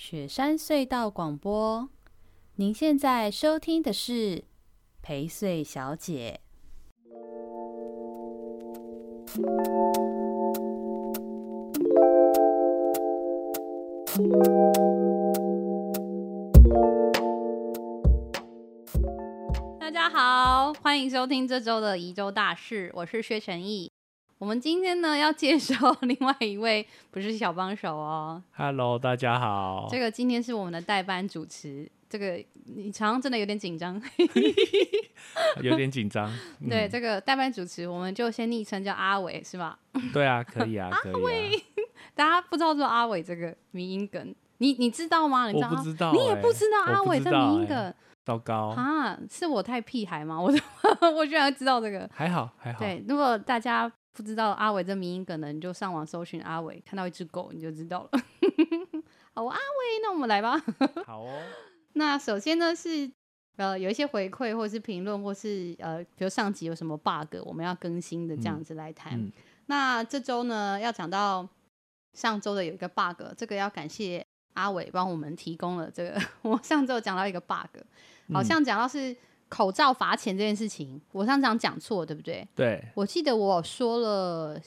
雪山隧道广播，您现在收听的是陪睡小姐。大家好，欢迎收听这周的宜州大事，我是薛成义。我们今天呢要介绍另外一位不是小帮手哦。 Hello， 大家好。 这个今天是我们的代班主持，这个你常常真的有点紧张， 有点紧张。 对，这个代班主持我们就先昵称叫阿伟，是吧？ 对啊，可以啊，可以啊。 阿伟，大家不知道说阿伟这个迷因梗，你知道吗？你知道我不知道你也不知道阿伟这迷因梗。 糟糕啊！是我太屁孩吗？我居然知道这个。 还好还好。 对，如果大家不知道阿伟这迷因梗呢，你就上网搜寻阿伟，看到一只狗你就知道了。好，阿伟，那我们来吧。 好哦。 那首先呢是有一些回馈或是评论，或是比如上集有什么 bug 我们要更新的这样子来谈。那这周呢要讲到上周的有一个 bug， 这个要感谢阿伟帮我们提供了这个。我上周讲到一个 bug， 好像讲到是口罩罚钱这件事情，我上次讲错对不对？ 对， 我记得我说了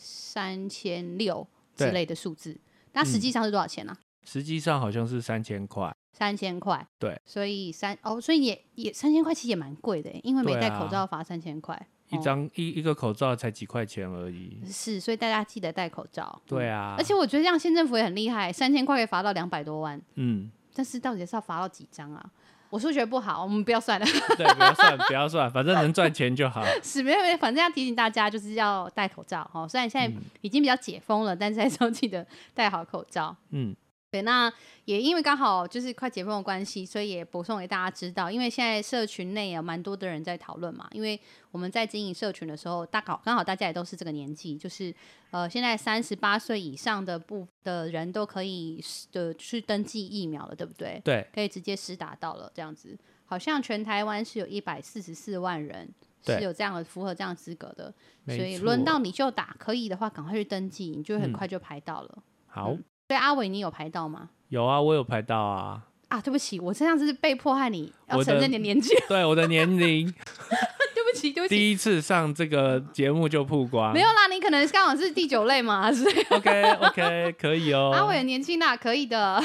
3600之类的数字，那实际上是多少钱啊？ 实际上好像是3000块。 3000块， 对， 所以所以也3000块其实也蛮贵的，因为没戴口罩罚3000块， 一个口罩才几块钱而已。 是，所以大家记得戴口罩。 对啊， 而且我觉得这样县政府也很厉害，3000块可以罚到200多万。但是到底是要罚到几张啊？我数学不好，我们不要算了。 对，不要算，反正能赚钱就好。 是，没有，反正要提醒大家就是要戴口罩。虽然现在已经比较解封了，但是还是要记得戴好口罩。对，那也因为刚好就是快解封的关系，所以也补充给大家知道，因为现在社群内有蛮多的人在讨论嘛，因为我们在经营社群的时候，刚好大家也都是这个年纪，就是现在38岁以上的人都可以去登记疫苗了，对不对？ 对， 可以直接施打到了这样子，好像全台湾是有144万人是有这样的符合这样的资格的，所以轮到你就打，可以的话赶快去登记，你就很快就排到了。 好。 对，阿伟，你有排到吗？ 有啊，我有排到啊。 对不起，我这样子是被迫害你要承认你的年纪。 对，我的年龄。 对不起。 第一次上这个节目就曝光。 没有啦，你可能刚好是第9类嘛，是。 OK， 可以哦。 阿伟年轻啦，可以的。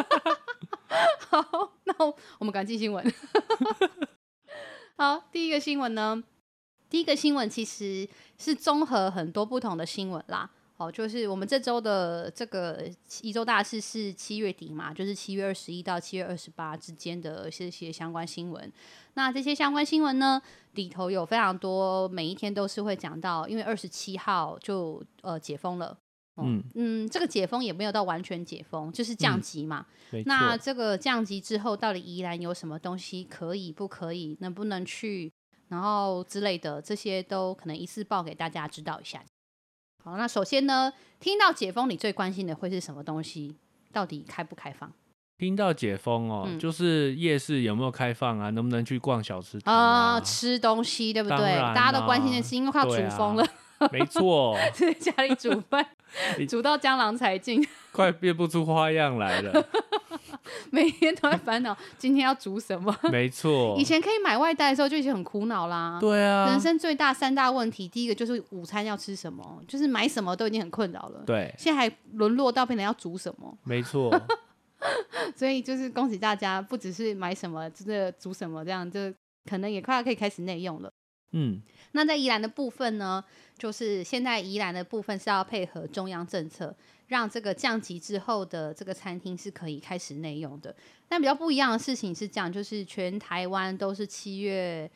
好，那我们赶进新闻。好，第一个新闻其实是综合很多不同的新闻啦。就是我们这周的这个宜州大事是7月底嘛，就是7月21到7月28之间的这些相关新闻。那这些相关新闻呢，里头有非常多，每一天都是会讲到，因为27号就解封了。这个解封也没有到完全解封，就是降级嘛。那这个降级之后，到底宜兰有什么东西可以不可以，能不能去，然后之类的，这些都可能一次报给大家知道一下。好，那首先呢，听到解封你最关心的会是什么东西？到底开不开放？ 听到解封就是夜市有没有开放啊？能不能去逛小吃摊吃东西对不对？大家都关心的是因为快要煮疯了。 没错。 在家里煮饭煮到江郎才尽， 快变不出花样来了。 每天都在烦恼今天要煮什么。没错，以前可以买外带的时候就已经很苦恼啦。 对啊， 人生最大3大问题，第一个就是午餐要吃什么，就是买什么都已经很困扰了。 对， 现在还沦落到变成要煮什么。 没错。 所以就是恭喜大家，不只是买什么，真的煮什么，这样就可能也快要可以开始内用了。那在宜兰的部分呢，就是现在宜兰的部分是要配合中央政策，让这个降级之后的这个餐厅是可以开始内用的。但比较不一样的事情是这样，就是全台湾都是7月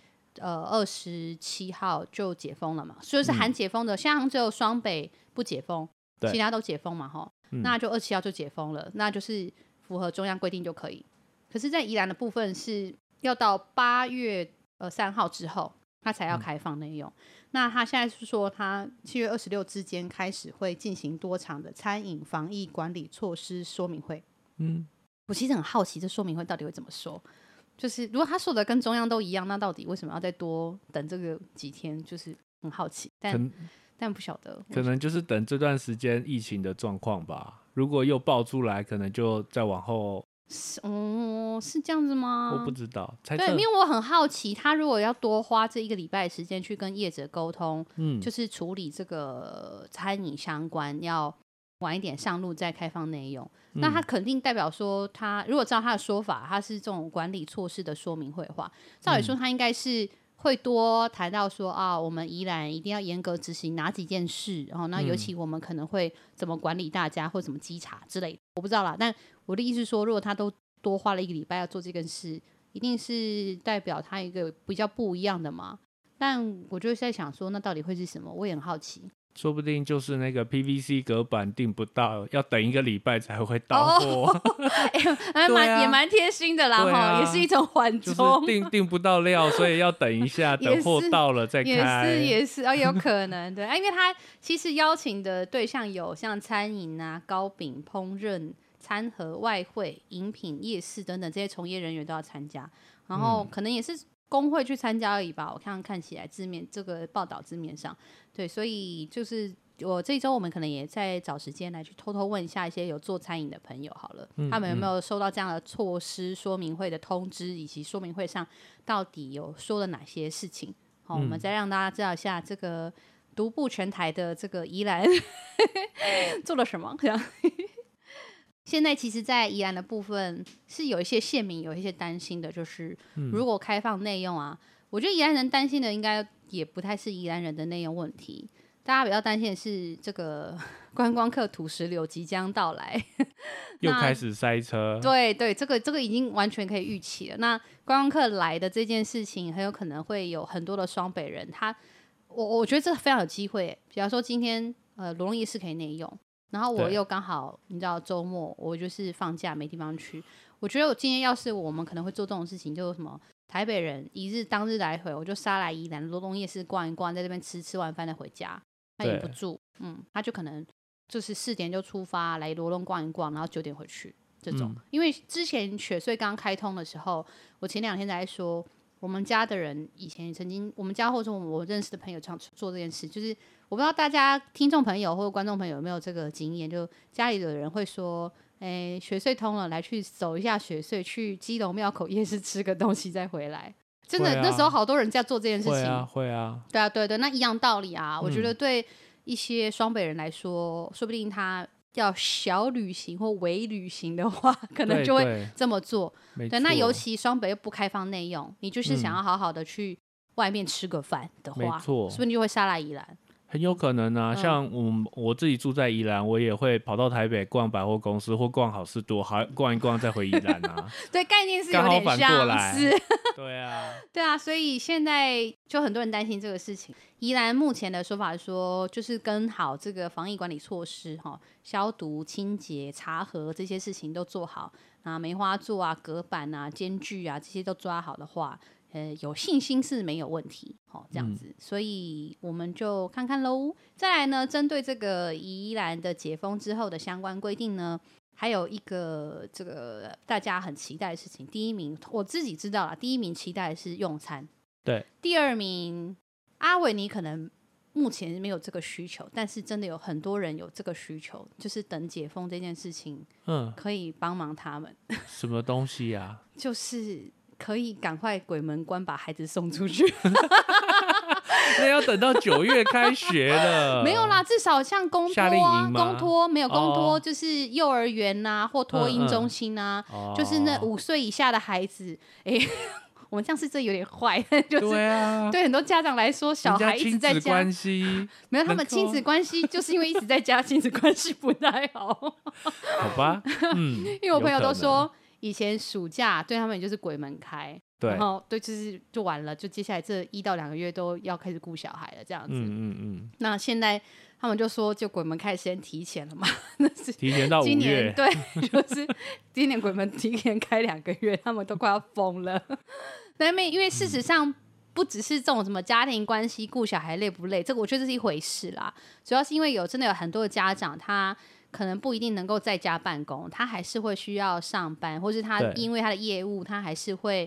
27号就解封了嘛，所以是含解封的，像只有双北不解封，其他都解封嘛，那就27号就解封了，那就是符合中央规定就可以。可是在宜兰的部分是要到8月3号之后他才要开放内用。那他现在是说他7月26之间开始会进行多场的餐饮防疫管理措施说明会。我其实很好奇这说明会到底会怎么说，就是如果他说的跟中央都一样，那到底为什么要再多等这个几天，就是很好奇，但不晓得， 可能就是等这段时间疫情的状况吧，如果又爆出来可能就再往后是这样子吗？ 我不知道，对， 因为我很好奇，他如果要多花这1个礼拜的时间去跟业者沟通，就是处理这个餐饮相关，要晚一点上路再开放内用，那他肯定代表说，他如果照他的说法，他是这种管理措施的说明会话，照理说他应该是会多谈到说我们宜兰一定要严格执行哪几件事，然后那尤其我们可能会怎么管理大家，或怎么稽查之类的，我不知道啦。但我的意思是说，如果他都多花了1个礼拜要做这件事，一定是代表他一个比较不一样的嘛。但我就在想说，那到底会是什么？我也很好奇。 说不定就是那个 PVC 隔板订不到，要等1个礼拜才会到货。 也蛮贴心的啦，也是一种缓冲。 就是订不到料，所以要等一下，等货到了再开。 也是有可能对因为他其实邀请的对象有像餐饮啊、糕饼、烹饪、餐盒、外汇、饮品、夜市等等这些从业人员都要参加，然后可能也是工会去参加而已吧。我看起来字面这个报道字面上，对，所以就是我这一周我们可能也在找时间来去偷偷问一下一些有做餐饮的朋友好了，他们有没有收到这样的措施说明会的通知，以及说明会上到底有说了哪些事情。好，我们再让大家知道一下这个独步全台的这个宜兰做了什么这样。现在其实在宜兰的部分是有一些县民有一些担心的，就是如果开放内用我觉得宜兰人担心的应该也不太是宜兰人的内用问题，大家比较担心的是这个观光客土石流即将到来又开始塞车。 对，这个已经完全可以预期了。那观光客来的这件事情很有可能会有很多的双北人，我觉得这非常有机会。比方说今天罗东夜市可以内用，然后我又刚好你知道周末我就是放假没地方去，我觉得我今天要是我们可能会做这种事情，就是什么台北人一日当日来回，我就杀来宜兰罗东夜市逛一逛，在这边吃完饭再回家，他也不住，他就可能就是4点就出发来罗东逛一逛，然后9点回去这种。因为之前雪隧刚开通的时候，我前2天在说我们家的人以前曾经，我们家或者我认识的朋友常做这件事，就是我不知道大家听众朋友或者观众朋友有没有这个经验，就家里的人会说雪隧通了，来去走一下雪隧，去基隆庙口夜市吃个东西再回来。真的那时候好多人在做这件事情。 会啊对，那一样道理我觉得对一些双北人来说，说不定他要小旅行或微旅行的话，可能就会这么做。对，那尤其双北又不开放内用，你就是想要好好的去外面吃个饭的话，是不是就会杀来宜兰？ 很有可能啊，像我自己住在宜兰，我也会跑到台北逛百货公司或逛好市多，逛一逛再回宜兰啊。 对，概念是有点像是。对啊，所以现在就很多人担心这个事情。宜兰目前的说法是说，就是跟好这个防疫管理措施，消毒、清洁、查核这些事情都做好，梅花座隔板间距这些都抓好的话，有信心是没有问题，这样子，所以我们就看看咯。再来呢，针对这个宜兰的解封之后的相关规定呢，还有一个这个大家很期待的事情。第一名我自己知道啦，第一名期待的是用餐， 对。 第2名阿伟，你可能目前没有这个需求，但是真的有很多人有这个需求，就是等解封这件事情，可以帮忙他们。 什么东西啊？ 就是可以赶快鬼门关把孩子送出去。 那要等到9月开学了。 没有啦，至少像公托没有公托，就是幼儿园或托婴中心就是那5岁以下的孩子，我们这样是这有点坏，就是对很多家长来说，小孩一直在家，没有他们亲子关系，就是因为一直在家，亲子关系不太好。 好吧， 因为我朋友都说，以前暑假对他们就是鬼门开，然后就完了，就接下来这1到2个月都要开始顾小孩了，这样子。那现在他们就说，就鬼门开的时间提前了嘛， 提前到5月， 对，就是今年鬼门提前开2个月，他们都快要疯了。因为事实上不只是这种什么家庭关系顾小孩累不累，这个我觉得这是一回事啦。主要是因为真的有很多的家长，他可能不一定能够在家办公，他还是会需要上班，或是他因为他的业务，他还是会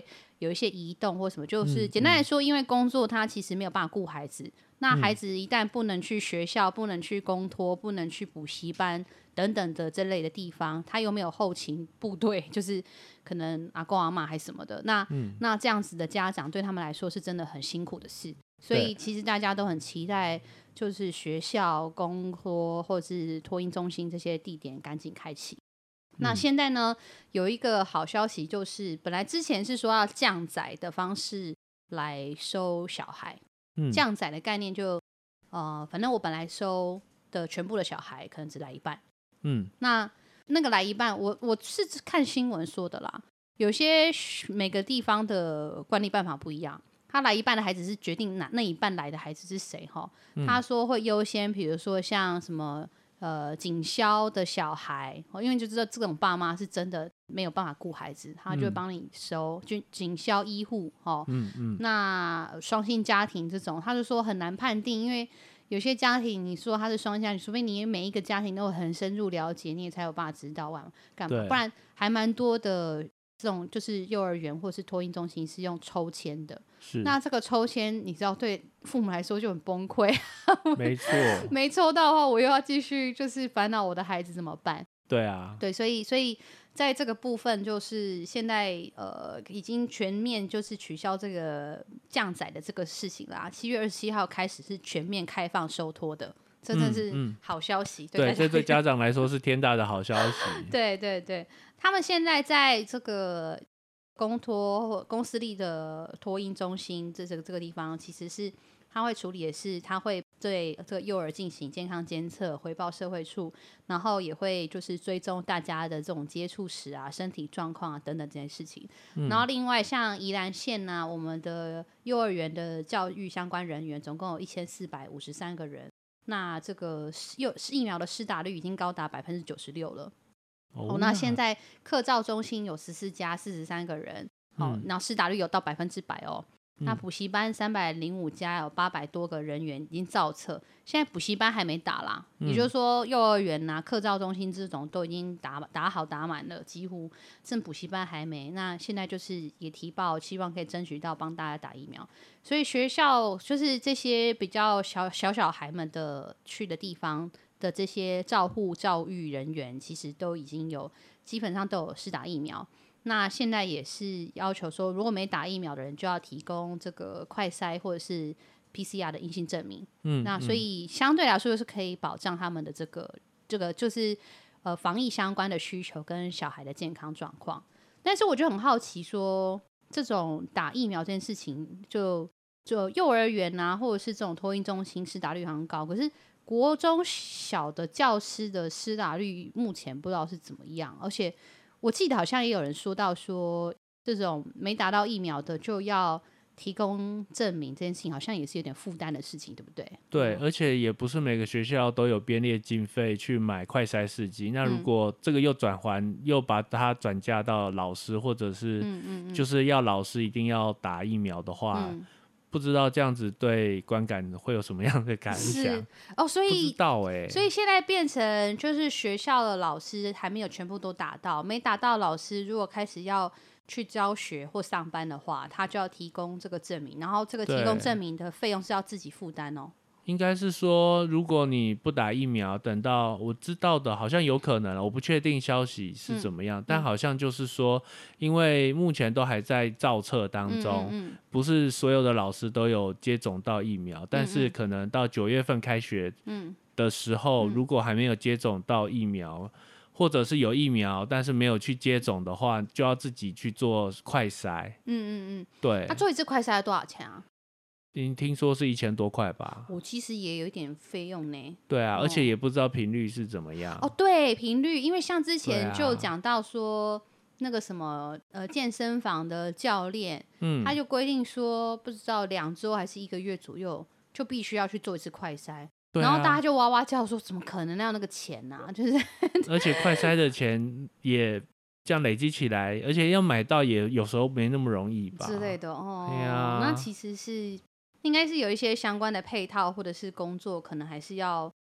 有一些移动或什么，就是简单来说，因为工作他其实没有办法顾孩子，那孩子一旦不能去学校，不能去公托，不能去补习班等等的这类的地方，他又没有后勤部队，就是可能阿公阿嬷还什么的，那这样子的家长对他们来说是真的很辛苦的事，所以其实大家都很期待，就是学校、公托或是托婴中心这些地点赶紧开启。那现在呢，有一个好消息，就是本来之前是说要降载的方式来收小孩，降载的概念就反正我本来收的全部的小孩可能只来一半，那个来一半，我是看新闻说的啦，有些每个地方的管理办法不一样，他来一半的孩子是决定那一半来的孩子是谁哈，他说会优先，比如说像什么警消的小孩，因为就知道这种爸妈是真的没有办法顾孩子，他就会帮你收，就警消医护那双薪家庭这种，他就说很难判定，因为有些家庭你说他是双薪家庭，除非你每一个家庭都很深入了解，你也才有办法知道干嘛，不然还蛮多的这种就是幼儿园或是托婴中心是用抽签的，那这个抽签你知道对父母来说就很崩溃没错没抽到的话我又要继续就是烦恼我的孩子怎么办， 对啊， 对，所以在这个部分就是现在已经全面就是取消这个降载的这个事情啦，7月27号开始是全面开放收托的，这真是好消息， 对，这对家长来说是天大的好消息对对对，他们现在在这个公托或公私立的托婴中心这个地方，其实是他会处理的是，他会对这个幼儿进行健康监测，回报社会处，然后也会就是追踪大家的这种接触史啊、身体状况啊等等这些事情。然后另外像宜兰县啊，我们的幼儿园的教育相关人员总共有1453个人，那这个疫苗的施打率已经高达96%了。那现在课照中心有14家，43个人，然后施打率有到100%哦。那补习班305家，有800多个人员已经造册，现在补习班还没打啦，也就是说幼儿园啊、课照中心这种都已经打好打满了，几乎剩补习班还没。那现在就是也提报，希望可以争取到帮大家打疫苗。所以学校就是这些比较小孩们的去的地方的这些照护教育人员，其实都已经基本上都有施打疫苗。那现在也是要求说，如果没打疫苗的人就要提供这个快筛或者是 PCR 的阴性证明。那所以相对来说是可以保障他们的这个就是防疫相关的需求跟小孩的健康状况。但是我就很好奇说，这种打疫苗这件事情，就幼儿园啊，或者是这种托婴中心施打率很高，可是国中小的教师的施打率目前不知道是怎么样，而且我记得好像也有人说到说，这种没打到疫苗的就要提供证明，这件事情好像也是有点负担的事情，对不对？ 对，而且也不是每个学校都有编列经费去买快筛试剂。那如果这个又把它转嫁到老师，或者是就是要老师一定要打疫苗的话，不知道这样子对观感会有什么样的感想所以不知道所以现在变成就是学校的老师还没有全部都打到，没打到老师如果开始要去教学或上班的话，他就要提供这个证明，然后这个提供证明的费用是要自己负担哦。 应该是说，如果你不打疫苗，等到我知道的，好像有可能，我不确定消息是怎么样，但好像就是说，因为目前都还在造册当中，不是所有的老师都有接种到疫苗，但是可能到9月份开学的时候，如果还没有接种到疫苗，或者是有疫苗但是没有去接种的话，就要自己去做快筛。对。 做一次快筛要多少钱啊？ 听说是1000多块吧。 我其实也有一点费用呢。 对啊，而且也不知道频率是怎么样。 对，频率，因为像之前就讲到说，那个什么健身房的教练，他就规定说，不知道2周还是1个月左右，就必须要去做一次快筛。然后大家就哇哇叫说，怎么可能要那个钱啊？就是而且快筛的钱也这样累积起来，而且要买到也有时候没那么容易吧之类的那其实是应该是有一些相关的配套或者是工作，可能还是要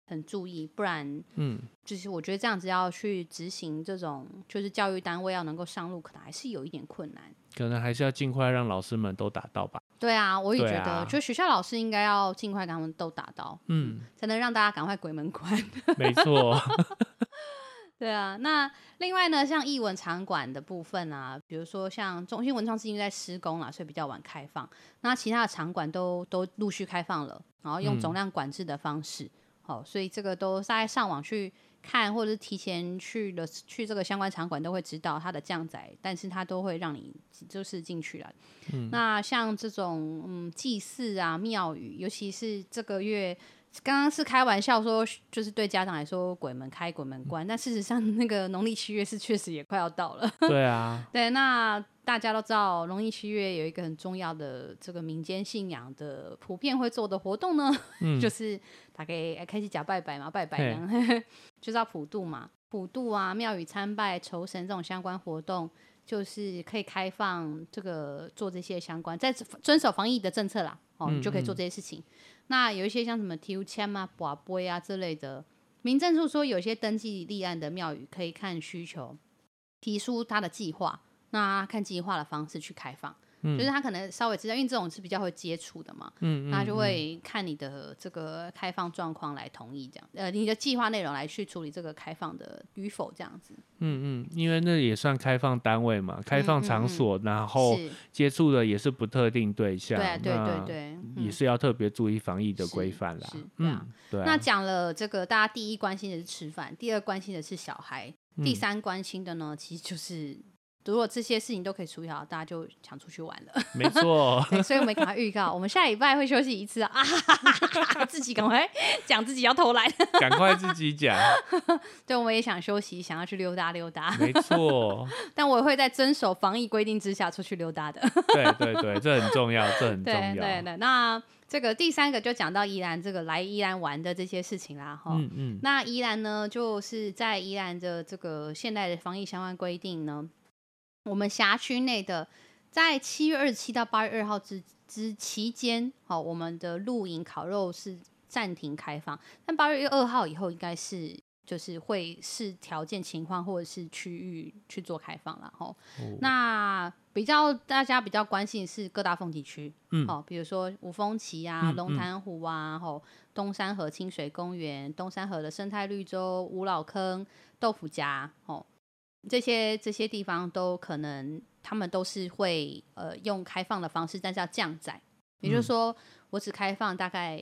很注意，不然就是我觉得这样子要去执行这种就是教育单位要能够上路，可能还是有一点困难， 可能还是要尽快让老师们都达到吧。 对啊，我也觉得，就学校老师应该要尽快跟他们都达到，才能让大家赶快鬼门关。 没错。 对啊，那另外呢，像艺文场馆的部分啊，比如说像中心文创是因为在施工啦，所以比较晚开放。那其他的场馆都陆续开放了，然后用总量管制的方式，所以这个都大概上网去看，或者是提前去这个相关场馆都会知道它的降载，但是它都会让你就是进去了。那像这种祭祀啊、庙宇，尤其是这个月。刚刚是开玩笑说，就是对家长来说鬼门开鬼门关，但事实上那个农历7月是确实也快要到了。 对啊， 对，那大家都知道农历7月有一个很重要的这个民间信仰的普遍会做的活动呢，就是大概开始假拜拜嘛，拜拜呢就是要普渡嘛，普渡啊、庙宇参拜、酬神这种相关活动。就是可以开放这个做这些相关，在遵守防疫的政策啦，你就可以做这些事情。那有一些像什么抽签啊、拔杯啊之类的，民政处说有些登记立案的庙宇可以看需求，提出他的计划，那看计划的方式去开放。就是他可能稍微知道，因为这种是比较会接触的嘛，那就会看你的这个开放状况来同意这样，你的计划内容来去处理这个开放的与否这样子。 因为那也算开放单位嘛，开放场所，然后接触的也是不特定对象，对，也是要特别注意防疫的规范啦。对啊。 那讲了这个，大家第一关心的是吃饭，第二关心的是小孩，第三关心的呢，其实就是。如果这些事情都可以处理好，大家就想出去玩了。 没错。 所以我们赶快预告，我们下礼拜会休息一次啊！自己赶快讲自己要偷懒， 赶快自己讲。 对，我们也想休息，想要去溜达溜达。 没错。 但我也会在遵守防疫规定之下出去溜达的。 对，这很重要，这很重要。 对，那这个第三个就讲到宜兰这个来宜兰玩的这些事情啦。那宜兰呢，就是在宜兰的这个现代的防疫相关规定呢。我们辖区内的在7月27到8月2号之期间，我们的露营烤肉是暂停开放，但8月2号以后应该是就是会视条件情况或者是区域去做开放了。那大家比较关心的是各大风景区，比如说五峰旗啊、龙潭湖啊、东山河清水公园、东山河的生态绿洲、五老坑、豆腐夹，这些地方都可能，他们都是会用开放的方式，但是要降载，也就是说，我只开放大概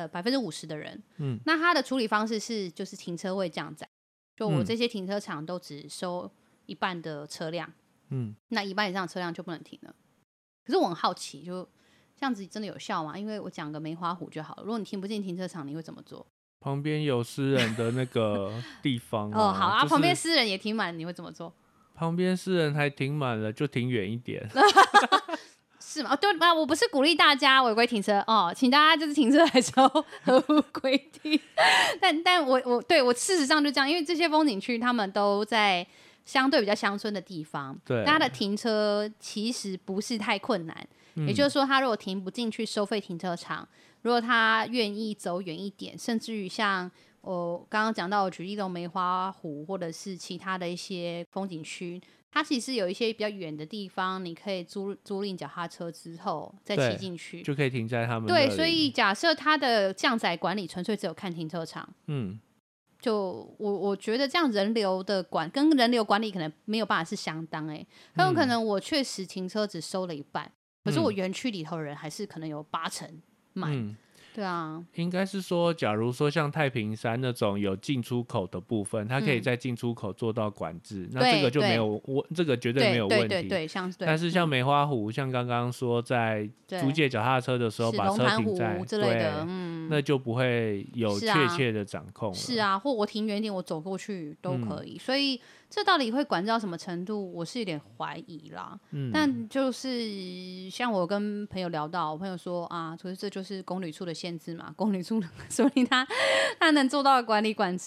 50%的人，那它的处理方式是就是停车位降载，就我这些停车场都只收一半的车辆，那一半以上的车辆就不能停了。可是我很好奇，就这样子真的有效吗？因为我讲个梅花湖就好了，如果你停不进停车场，你会怎么做？ 旁边有私人的那个地方好啊，旁边私人也停满，你会怎么做？ 旁边私人还停满了，就停远一点。 是吗？对吧？我不是鼓励大家违规停车请大家就是停车还是要合乎规定。但我事实上就这样，因为这些风景区他们都在相对比较乡村的地方，对，它的停车其实不是太困难。也就是说，他如果停不进去收费停车场，如果他愿意走远一点，甚至于像我刚刚讲到举例的梅花湖或者是其他的一些风景区，它其实有一些比较远的地方，你可以租赁脚踏车之后再骑进去， 就可以停在他们那里。对，所以假设它的降载管理纯粹只有看停车场，就我觉得这样人流的跟人流管理可能没有办法是相当很有可能我确实停车只收了一半，可是我园区里头的人还是可能有80%满。对啊， 应该是说，假如说像太平山那种有进出口的部分，它可以在进出口做到管制，那这个就没有这个绝对没有问题。 对， 但是像梅花湖，像刚刚说在租借脚踏车的时候把车停在之类的， 那就不会有确切的掌控了。 是啊，或我停远点，我走过去都可以。所以这到底会管制到什么程度，我是有点怀疑啦。但就是像我跟朋友聊到，我朋友说啊，这就是公旅处的限制嘛，公旅处说明他能做到的管理管制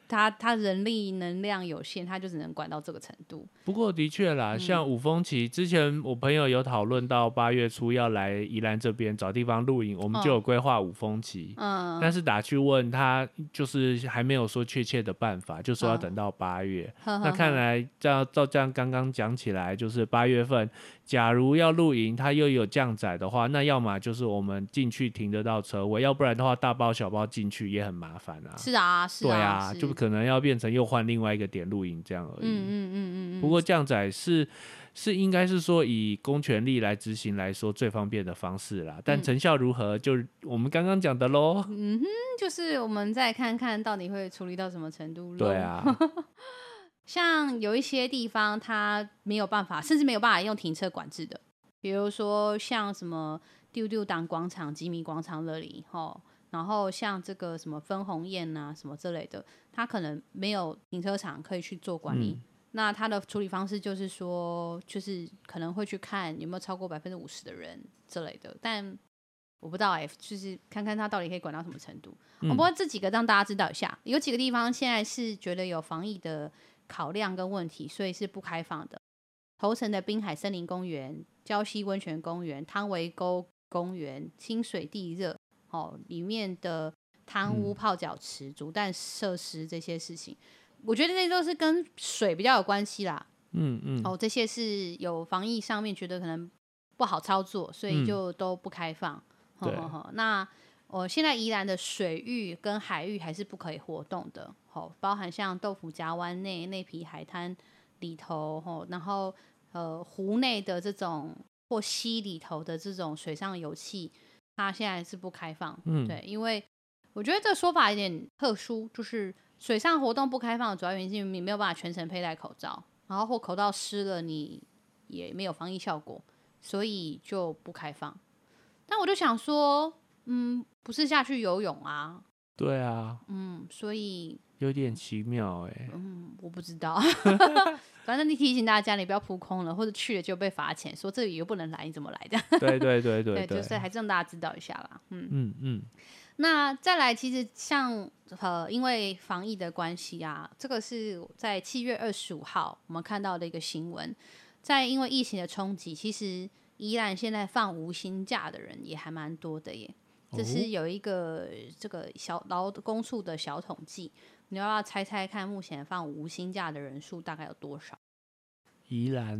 他人力能量有限，他就只能管到这个程度。 不过的确啦，像五峰旗之前我朋友有讨论到8月初要来宜兰这边找地方露营，我们就有规划五峰旗，但是打去问他就是还没有说确切的办法，就说要等到8月。那看来照这样刚刚讲起来，就是8月份假如要露营，它又有降载的话，那要么就是我们进去停得到车位，要不然的话大包小包进去也很麻烦啊。 是啊，是啊， 对啊，就可能要变成又换另外一个点露营这样而已。不过降载是应该是说以公权力来执行来说最方便的方式啦，但成效如何，就我们刚刚讲的咯。 就是我们再看看到底会处理到什么程度咯。 对啊。 像有一些地方它没有办法，甚至没有办法用停车管制的，比如说像什么丢丢党广场、吉米广场那里，然后像这个什么分红宴啊什么之类的，它可能没有停车场可以去做管理。那它的处理方式就是说，就是可能会去看有没有超过50%的人之类的，但我不知道就是看看它到底可以管到什么程度。不过这几个让大家知道一下，有几个地方现在是觉得有防疫的考量跟问题，所以是不开放的。头城的滨海森林公园、礁溪温泉公园、汤围沟公园、清水地热里面的汤屋、泡脚池、煮蛋设施这些事情，我觉得这都是跟水比较有关系啦。这些是有防疫上面觉得可能不好操作，所以就都不开放。那现在宜兰的水域跟海域还是不可以活动的，包含像豆腐夹湾内皮海滩里头，然后湖内的这种或溪里头的这种水上油气，它现在是不开放。对，因为我觉得这个说法有点特殊，就是水上活动不开放的主要原因是你没有办法全程佩戴口罩，然后或口罩湿了你也没有防疫效果，所以就不开放。但我就想说，不是下去游泳啊？ 对啊， 所以有点奇妙我不知道。反正你提醒大家，你不要扑空了，或者去了就被罚钱，说这里又不能来，你怎么来的？ 对对，就是还是让大家知道一下啦。那再来，其实像因为防疫的关系啊，这个是在7月25号我们看到的一个新闻，在因为疫情的冲击，其实宜兰现在放无薪假的人也还蛮多的耶。这是有一个这个劳工处的小统计，你要不要猜猜看，目前放无薪假的人数大概有多少？ 宜兰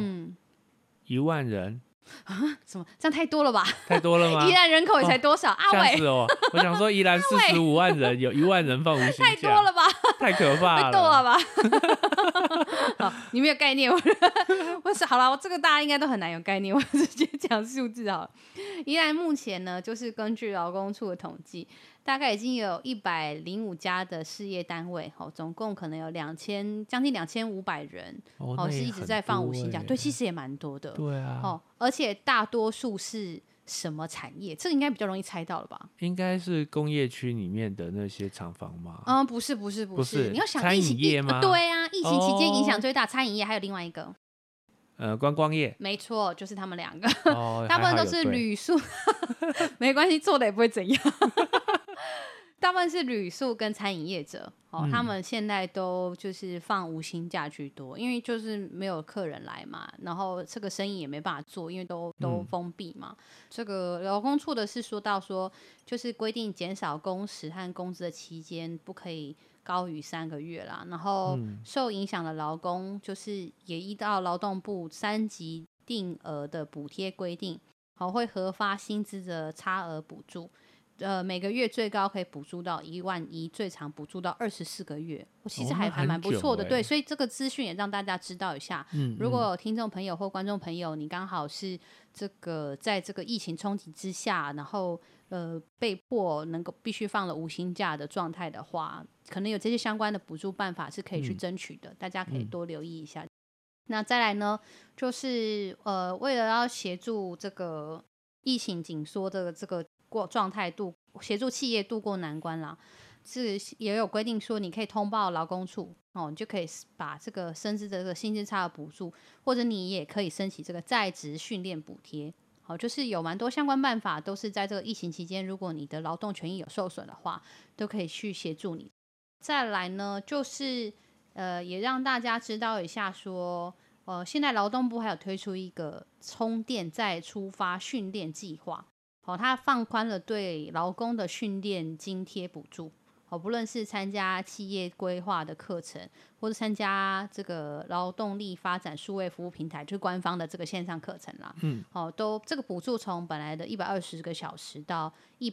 1万人。 什么？这样太多了吧？ 太多了吗？ 宜兰人口也才多少？阿伟， 我想说宜兰45万人，有1万人放无薪假， 太多了吧？ 太可怕了， 被剁了吧？好，你没有概念，我是好了，我这个大家应该都很难有概念，我直接讲数字好了。宜兰目前呢，就是根据劳工处的统计，大概已经有105家的事业单位，总共可能有将近2500人，是一直在放无薪假。对，其实也蛮多的。 对啊， 而且大多数是什么产业？这个应该比较容易猜到了吧？ 应该是工业区里面的那些厂房吗？ 不是，你要想餐饮业吗？ 对啊，疫情期间影响最大餐饮业，还有另外一个。 观光业， 没错，就是他们两个，大部分都是旅宿，没关系，做的也不会怎样。大部分是旅宿跟餐饮业者，他们现在都就是放无薪假居多，因为就是没有客人来嘛，然后这个生意也没办法做，因为都封闭嘛。这个劳工处的是说到说，就是规定减少工时和工资的期间不可以高于3个月啦，然后受影响的劳工就是也依照劳动部3级定额的补贴规定，会核发薪资的差额补助。每个月最高可以补助到1万1，最长补助到24个月，其实还蛮不错的。对，所以这个资讯也让大家知道一下。如果有听众朋友或观众朋友，你刚好是这个在这个疫情冲击之下，然后被迫能够必须放了无薪假的状态的话，可能有这些相关的补助办法是可以去争取的，大家可以多留意一下。那再来呢，就是为了要协助这个疫情紧缩的这个状态协助企业度过难关啦，是也有规定说你可以通报劳工处你就可以把这个薪资的这个薪资差的补助，或者你也可以申请这个在职训练补贴。就是有蛮多相关办法都是在这个疫情期间，如果你的劳动权益有受损的话，都可以去协助你。 再来呢，就是也让大家知道一下说，现在劳动部还有推出一个充电再出发训练计划，它放宽了对劳工的训练津贴补助。不论是参加企业规划的课程，或者参加这个劳动力发展数位服务平台，就是官方的这个线上课程啦，都这个补助从本来的120个小时到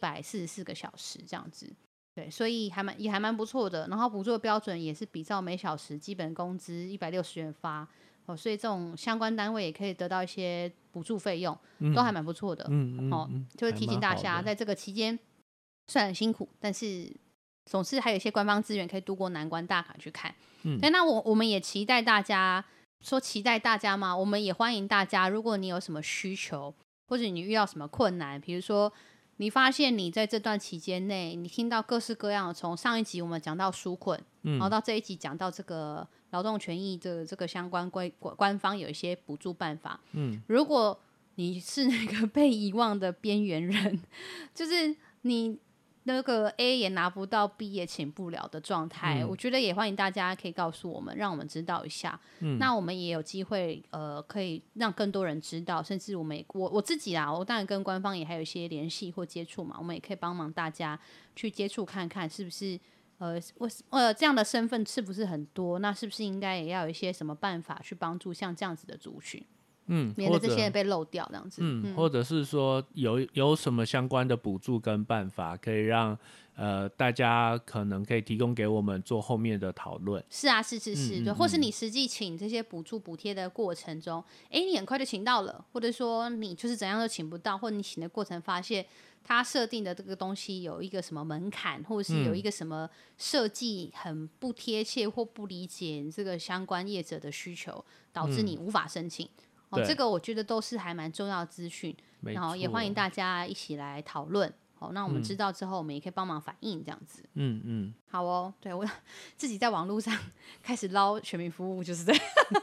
144个小时这样子，对，所以也还蛮不错的。然后补助的标准也是比照每小时基本工资160元发，所以这种相关单位也可以得到一些补助费用，都还蛮不错的。就是提醒大家，在这个期间虽然很辛苦，但是总是还有一些官方资源可以渡过难关，大家去看。那我们也期待大家，说期待大家吗？我们也欢迎大家，如果你有什么需求，或者你遇到什么困难，比如说你发现你在这段期间内，你听到各式各样的，从上一集我们讲到纾困，然后到这一集讲到这个劳动权益的这个相关官方有一些补助办法。如果你是那个被遗忘的边缘人，就是你那个 A 也拿不到 B 也请不了的状态，我觉得也欢迎大家可以告诉我们，让我们知道一下。那我们也有机会可以让更多人知道，甚至我自己啦，我当然跟官方也还有一些联系或接触嘛，我们也可以帮忙大家去接触看看是不是这样的身份是不是很多，那是不是应该也要有一些什么办法去帮助像这样子的族群，免得这些人被漏掉这样子。 或者是说有什么相关的补助跟办法可以让大家可能可以提供给我们做后面的讨论。 是啊，是，对，或是你实际请这些补助补贴的过程中，你很快就请到了，或者说你就是怎样都请不到，或者你请的过程发现他设定的这个东西有一个什么门槛，或者是有一个什么设计很不贴切或不理解这个相关业者的需求，导致你无法申请。这个我觉得都是还蛮重要的资讯，然后也欢迎大家一起来讨论。那我们知道之后，我们也可以帮忙反映这样子。好哦，对，我自己在网络上开始捞全民服务，就是这样。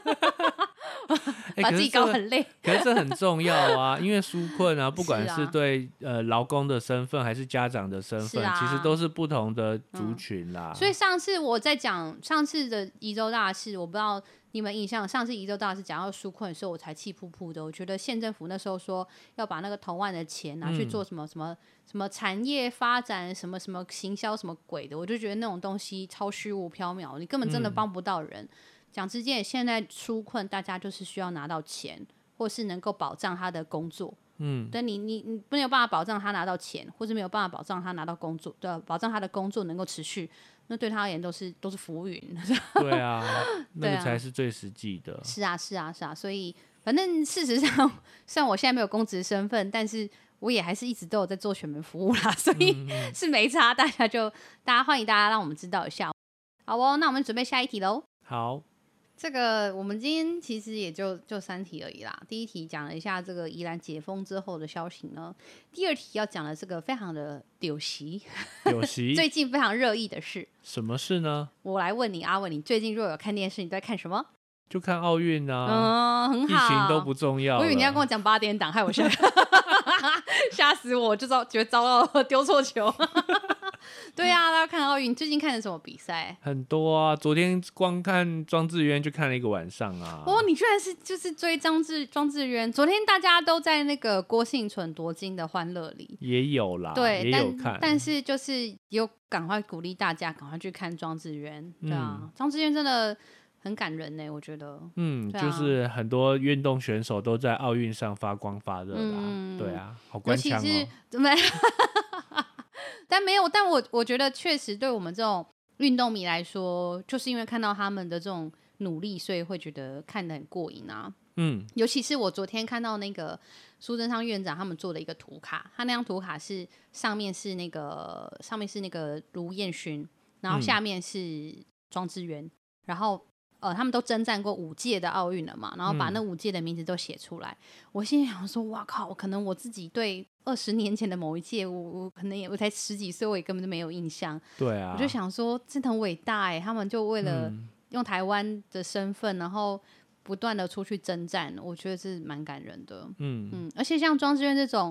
把自己搞很累， 可是这很重要啊，因为纾困啊，不管是对劳工的身份还是家长的身份，其实都是不同的族群啦。 所以上次我在讲上次的宜州大事，我不知道你们印象，上次宜州大事讲到纾困的时候，我才气噗噗的。我觉得县政府那时候说要把那个同案的钱拿去做什么产业发展，什么行销什么鬼的，我就觉得那种东西超虚无缥缈，你根本真的帮不到人。讲直接，现在纾困大家就是需要拿到钱，或是能够保障他的工作。但你没有办法保障他拿到钱，或是没有办法保障他拿到工作，保障他的工作能够持续，那对他而言都是浮云。 对啊，那个才是最实际的。 是啊，所以反正事实上，虽然我现在没有公职身份，但是我也还是一直都有在做全民服务啦，所以是没差。大家欢迎大家让我们知道一下。好哦，那我们准备下一题喽。 好。 这个我们今天其实也就3题而已啦。第一题讲了一下这个宜兰解封之后的消息呢。第二题要讲的这个非常的丢席最近非常热议的事。 什么事呢？ 我来问你，阿文，你最近若有看电视，你在看什么？ 就看奥运啊。 很好， 疫情都不重要了。 我以为你要跟我讲8点档，害我吓死我，就觉得糟糕了，丢错球。对啊，大家看奥运，最近看的什么比赛？ 很多啊，昨天光看庄智渊就看了一个晚上啊。 你居然就是追庄智渊？昨天大家都在那个郭婞淳夺金的欢乐里， 也有啦， 对， 也有看， 但是就是有赶快鼓励大家赶快去看庄智渊。对啊，庄智渊真的很感人呢，我觉得。 就是很多运动选手都在奥运上发光发热啦。对啊，好官腔哦。尤其是但我觉得确实对我们这种运动迷来说，就是因为看到他们的这种努力，所以会觉得看得很过瘾啊。尤其是我昨天看到那个苏贞昌院长他们做的一个图卡，他那张图卡是上面是那个卢彦勋，然后下面是庄智渊，然后他们都征战过5届的奥运了嘛，然后把那5届的名字都写出来。我心里想说，哇靠，可能我自己对20年前的某一届，我可能我才10几岁，我也根本就没有印象。 对啊， 我就想说，真的很伟大哎，他们就为了用台湾的身份，然后不断的出去征战，我觉得是蛮感人的。而且像庄智渊这种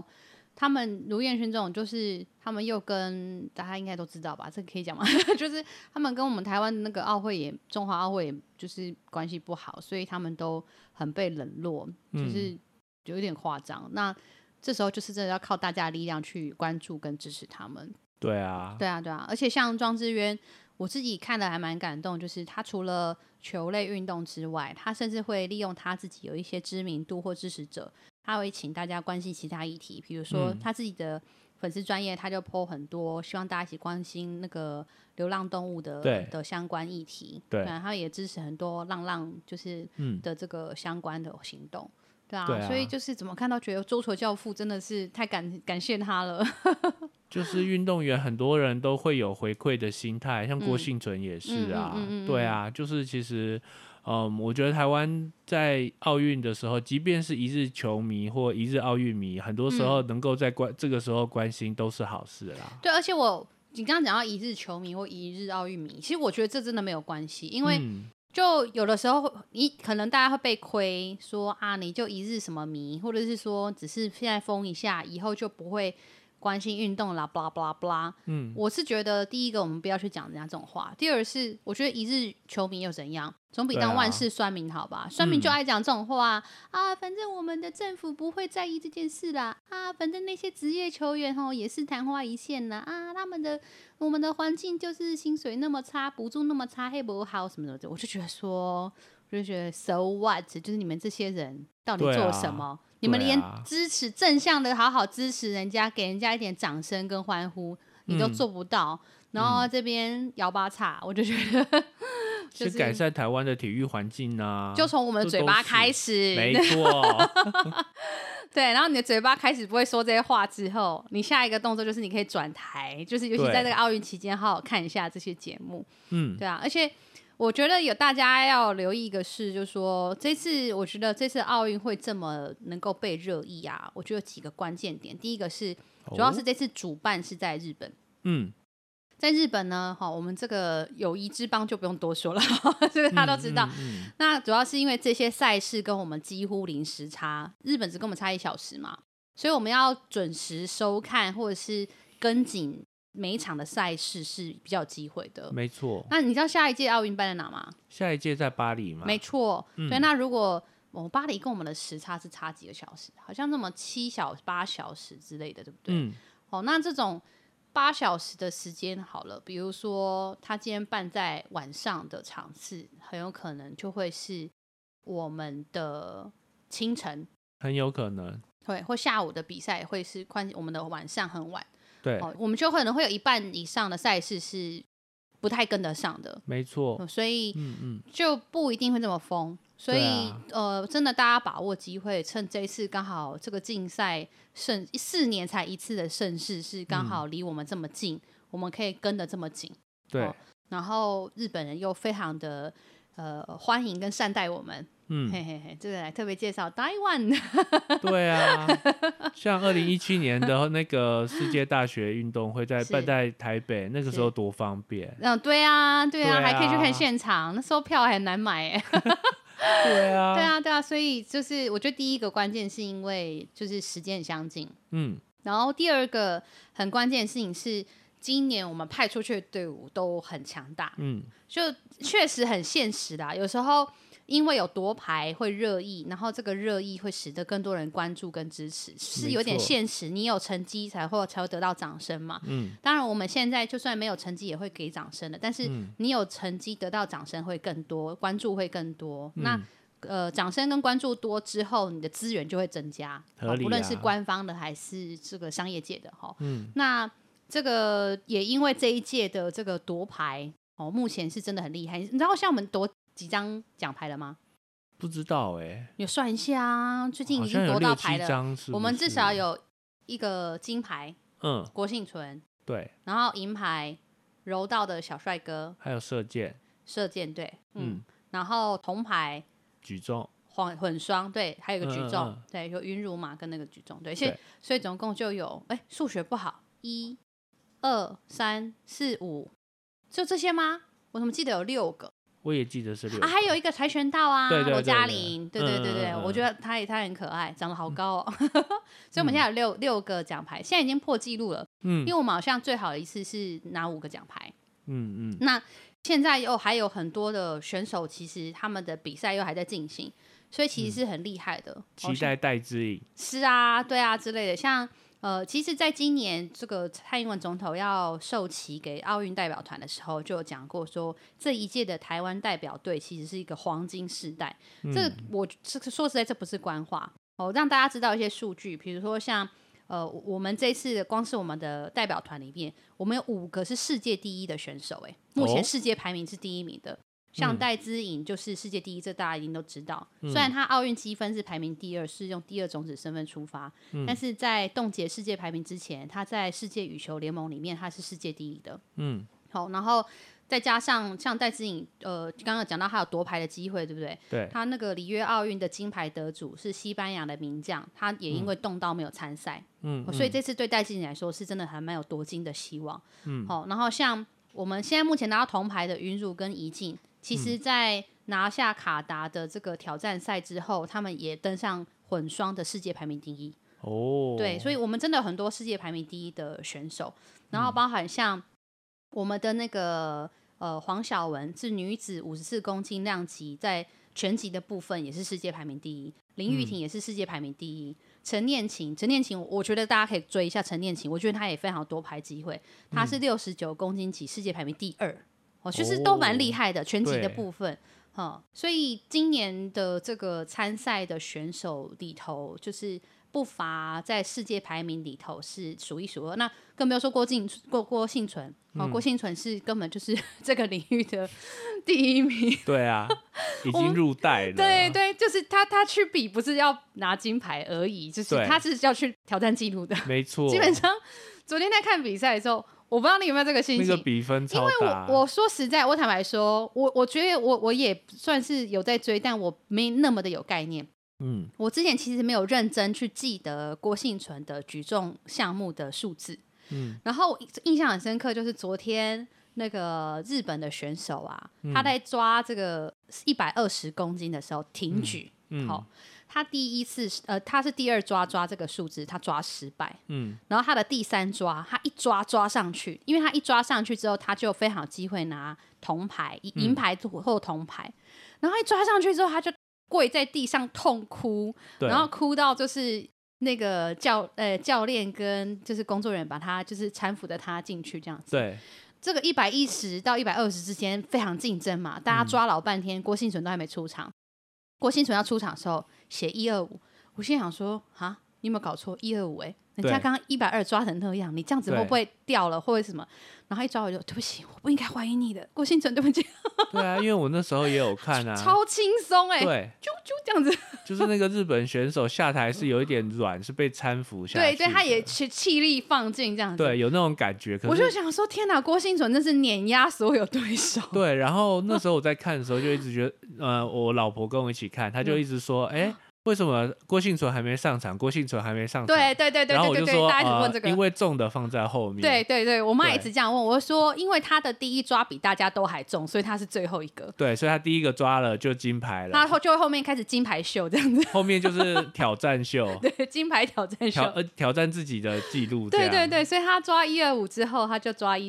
他们卢彦勋这种，就是他们又跟大家应该都知道吧，这个可以讲吗？就是他们跟我们台湾的那个中华奥会也就是关系不好，所以他们都很被冷落，就是有一点夸张。那这时候就是真的要靠大家的力量去关注跟支持他们。对啊，而且像庄智渊，我自己看了还蛮感动，就是他除了球类运动之外，他甚至会利用他自己有一些知名度或支持者，他会请大家关心其他议题，比如说他自己的粉丝专页，他就 po 很多希望大家一起关心那个流浪动物的相关议题，对，他也支持很多浪就是的这个相关的行动。对啊，所以就是怎么看到觉得桌球教父真的是太感谢他了。 就是运动员很多人都会有回馈的心态，像郭婞淳也是啊，对啊，就是其实我觉得台湾在奥运的时候，即便是一日球迷或一日奥运迷，很多时候能够在这个时候关心都是好事啦。 对，而且你刚刚讲到一日球迷或一日奥运迷，其实我觉得这真的没有关系，因为就有的时候你可能大家会被亏说啊，你就一日什么迷，或者是说只是现在封一下，以后就不会关心运动啦 blah blah blah。 我是觉得第一个我们不要去讲人家这种话，第二是我觉得一日球迷又怎样，总比当万世酸民好吧。酸民就爱讲这种话啊，反正我们的政府不会在意这件事啦啊，反正那些职业球员也是昙花一现啦啊，我们的环境就是薪水那么差，补助那么差，黑不好什么的，我就觉得 so what， 就是你们这些人到底做什么？你们连支持正向的好好支持人家，给人家一点掌声跟欢呼你都做不到，然后这边摇把叉，我就觉得是改善台湾的体育环境啊， 就从我们的嘴巴开始， 没错。 对，然后你的嘴巴开始不会说这些话之后，你下一个动作就是你可以转台，就是尤其在这个奥运期间好好看一下这些节目。对啊，而且我觉得大家要留意一个事，就是说我觉得这次奥运会这么能够被热议啊，我觉得有几个关键点。第一个是主要是这次主办是在日本。在日本呢，我们这个友谊之邦就不用多说了，这个大家都知道。那主要是因为这些赛事跟我们几乎零时差，日本只跟我们差1小时嘛，所以我们要准时收看或者是跟紧每一场的赛事是比较有机会的。没错。那你知道下一届奥运办在哪吗？下一届在巴黎嘛。没错。对，那如果巴黎跟我们的时差是差几个小时，好像那么8小时之类的，对不对？那这种8小时的时间好了，比如说他今天办在晚上的场次，很有可能就会是我们的清晨，很有可能。对，或下午的比赛会是我们的晚上很晚。对，我们就可能会有一半以上的赛事是不太跟得上的。没错。所以就不一定会这么疯。所以真的大家把握机会，趁这一次刚好这个竞赛4年才一次的盛事是刚好离我们这么近，我们可以跟得这么紧。对。然后日本人又非常的欢迎跟善待我们。这个来特别介绍台湾。对啊，像2017年的那个世界大学运动会办在台北，那个时候多方便。对啊，还可以去看现场，那时候票还很难买对啊，所以就是我觉得第一个关键是因为就是时间很相近。然后第二个很关键的事情是今年我们派出去的队伍都很强大。就确实很现实啦，有时候因为有夺牌会热议，然后这个热议会使得更多人关注跟支持，是有点现实。你有成绩才会得到掌声嘛。当然我们现在就算没有成绩也会给掌声的，但是你有成绩得到掌声会更多，关注会更多。那掌声跟关注多之后，你的资源就会增加，不论是官方的还是这个商业界的。那这个也因为这一届的这个夺牌目前是真的很厉害。你知道像我们夺几张奖牌了吗？不知道你算一下啊，最近已经夺到牌了。我们至少有一个金牌，郭婞淳，对，然后银牌柔道的小帅哥，还有射箭对，然后铜牌举重混双，对，还有一个举重，对，有云茹嘛跟那个举重，对，所以总共就有数学不好，1、2、3、4、5，就这些吗？我怎么记得有6个？ 我也记得是6个还有一个跆拳道啊， 对罗嘉玲，对，我觉得他很可爱，长得好高哦。所以我们现在有六个奖牌，现在已经破纪录了。因为我们好像最好的一次是拿5个奖牌。那现在还有很多的选手，其实他们的比赛又还在进行，所以其实是很厉害的。 期待戴资颖。 是啊，对啊之类的，像。其实，在今年这个蔡英文总统要授旗给奥运代表团的时候，就有讲过说，这一届的台湾代表队其实是一个黄金世代。这我说实在，这不是官话哦，让大家知道一些数据，比如说像我们这次光是我们的代表团里面，我们有5个是世界第一的选手，目前世界排名是第1名的。像戴资颖就是世界第一，这大家一定都知道。虽然他奥运积分是排名第2，是用第2种子身份出发，但是在冻结世界排名之前，他在世界羽球联盟里面他是世界第一的。好，然后再加上像戴资颖，刚刚讲到他有夺牌的机会，对不对？ 对。他那个里约奥运的金牌得主是西班牙的名将，他也因为冻到没有参赛。所以这次对戴资颖来说是真的还蛮有夺金的希望。好，然后像我们现在目前拿到铜牌的云儒跟怡静。其实，在拿下卡达的这个挑战赛之后，他们也登上混双的世界排名第1。对，所以我们真的有很多世界排名第1的选手，然后包含像我们的那个黄晓雯是女子54公斤量级，在拳击的部分也是世界排名第1，林玉婷也是世界排名第1。陈念琴，我觉得大家可以追一下陈念琴，我觉得她也非常多牌机会，她是69公斤级世界排名第2。其实都蛮厉害的，拳击的部分。所以今年的这个参赛的选手里头，就是不乏在世界排名里头是数一数二。那更不要说郭幸存，郭幸存是根本就是这个领域的第1名。 对啊，已经入袋了。 对，就是他去比不是要拿金牌而已，就是他是要去挑战纪录的。 没错， 基本上昨天在看比赛的时候。我不知道你有没有这个心情， 那个比分超大。 因为我说实在，我坦白说，我觉得我也算是有在追，但我没那么的有概念。我之前其实没有认真去记得郭幸存的举重项目的数字。然后印象很深刻，就是昨天那个日本的选手啊，他在抓这个120公斤的时候挺举，好。他第一次他是第2抓这个数字，他抓失败。然后他的第3抓，他一抓上去，因为他一抓上去之后，他就非常有机会拿铜牌、银牌或铜牌。然后一抓上去之后，他就跪在地上痛哭，然后哭到就是那个教练跟就是工作人员把他就是搀扶着他进去这样子。 对， 这个110到120之间非常竞争嘛，大家抓老半天，郭幸存都还没出场。郭幸存要出场的时候写125，我心想说啊，你有没有搞错？125人家刚刚120抓成那样，你这样子会不会掉了，或者什么？然后一抓我就对不起，我不应该怀疑你的，郭幸存，对不起。 对啊，因为我那时候也有看啊， 超轻松对，啾这样子。 就是那个日本选手下台是有一点软，是被搀扶下去。 对，他也气力放尽这样子。 对，有那种感觉。可是我就想说，天哪，郭幸存真是碾压所有对手。 对，然后那时候我在看的时候就一直觉得，我老婆跟我一起看，她就一直说，为什么郭幸存还没上场？郭幸存还没上场。 对， 然后我就说， 大家一直问这个， 因为重的放在后面。 对，我妈一直这样问我说，因为他的第1抓比大家都还重，所以他是最后一个。 对，所以他第1个抓了就金牌了。 他就后面开始金牌秀这样子。 后面就是挑战秀。 对，金牌挑战秀， 挑战自己的记录。 对，所以他抓125之后，他就抓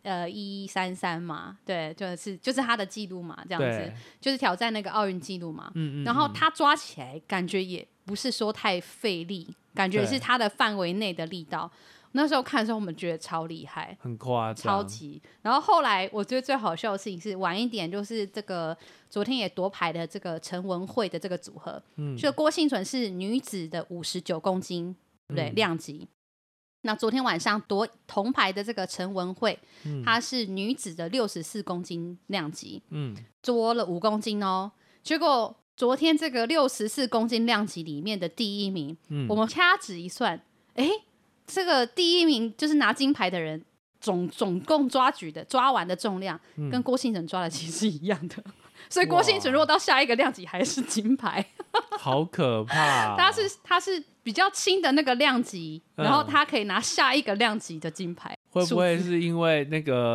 133嘛，对，就是他的记录嘛，这样子就是挑战那个奥运记录嘛。然后他抓起来感觉也不是说太费力，感觉是他的范围内的力道。那时候看的时候，我们觉得超厉害， 很夸张， 超级。然后后来我觉得最好笑的事情是晚一点，就是这个昨天也夺牌的这个陈文慧的这个组合，就郭幸存是女子的59公斤，对不对？量级。那昨天晚上夺铜牌的这个陈文慧，她是女子的64公斤量级，多了5公斤哦。结果昨天这个64公斤量级里面的第1名，我们掐指一算，这个第1名就是拿金牌的人总共抓完的重量，跟郭幸存抓的其实是一样的。所以郭幸存如果到下一个量级还是金牌， 好可怕他是比较轻的那个量级，然后他可以拿下一个量级的金牌。 会不会是因为那个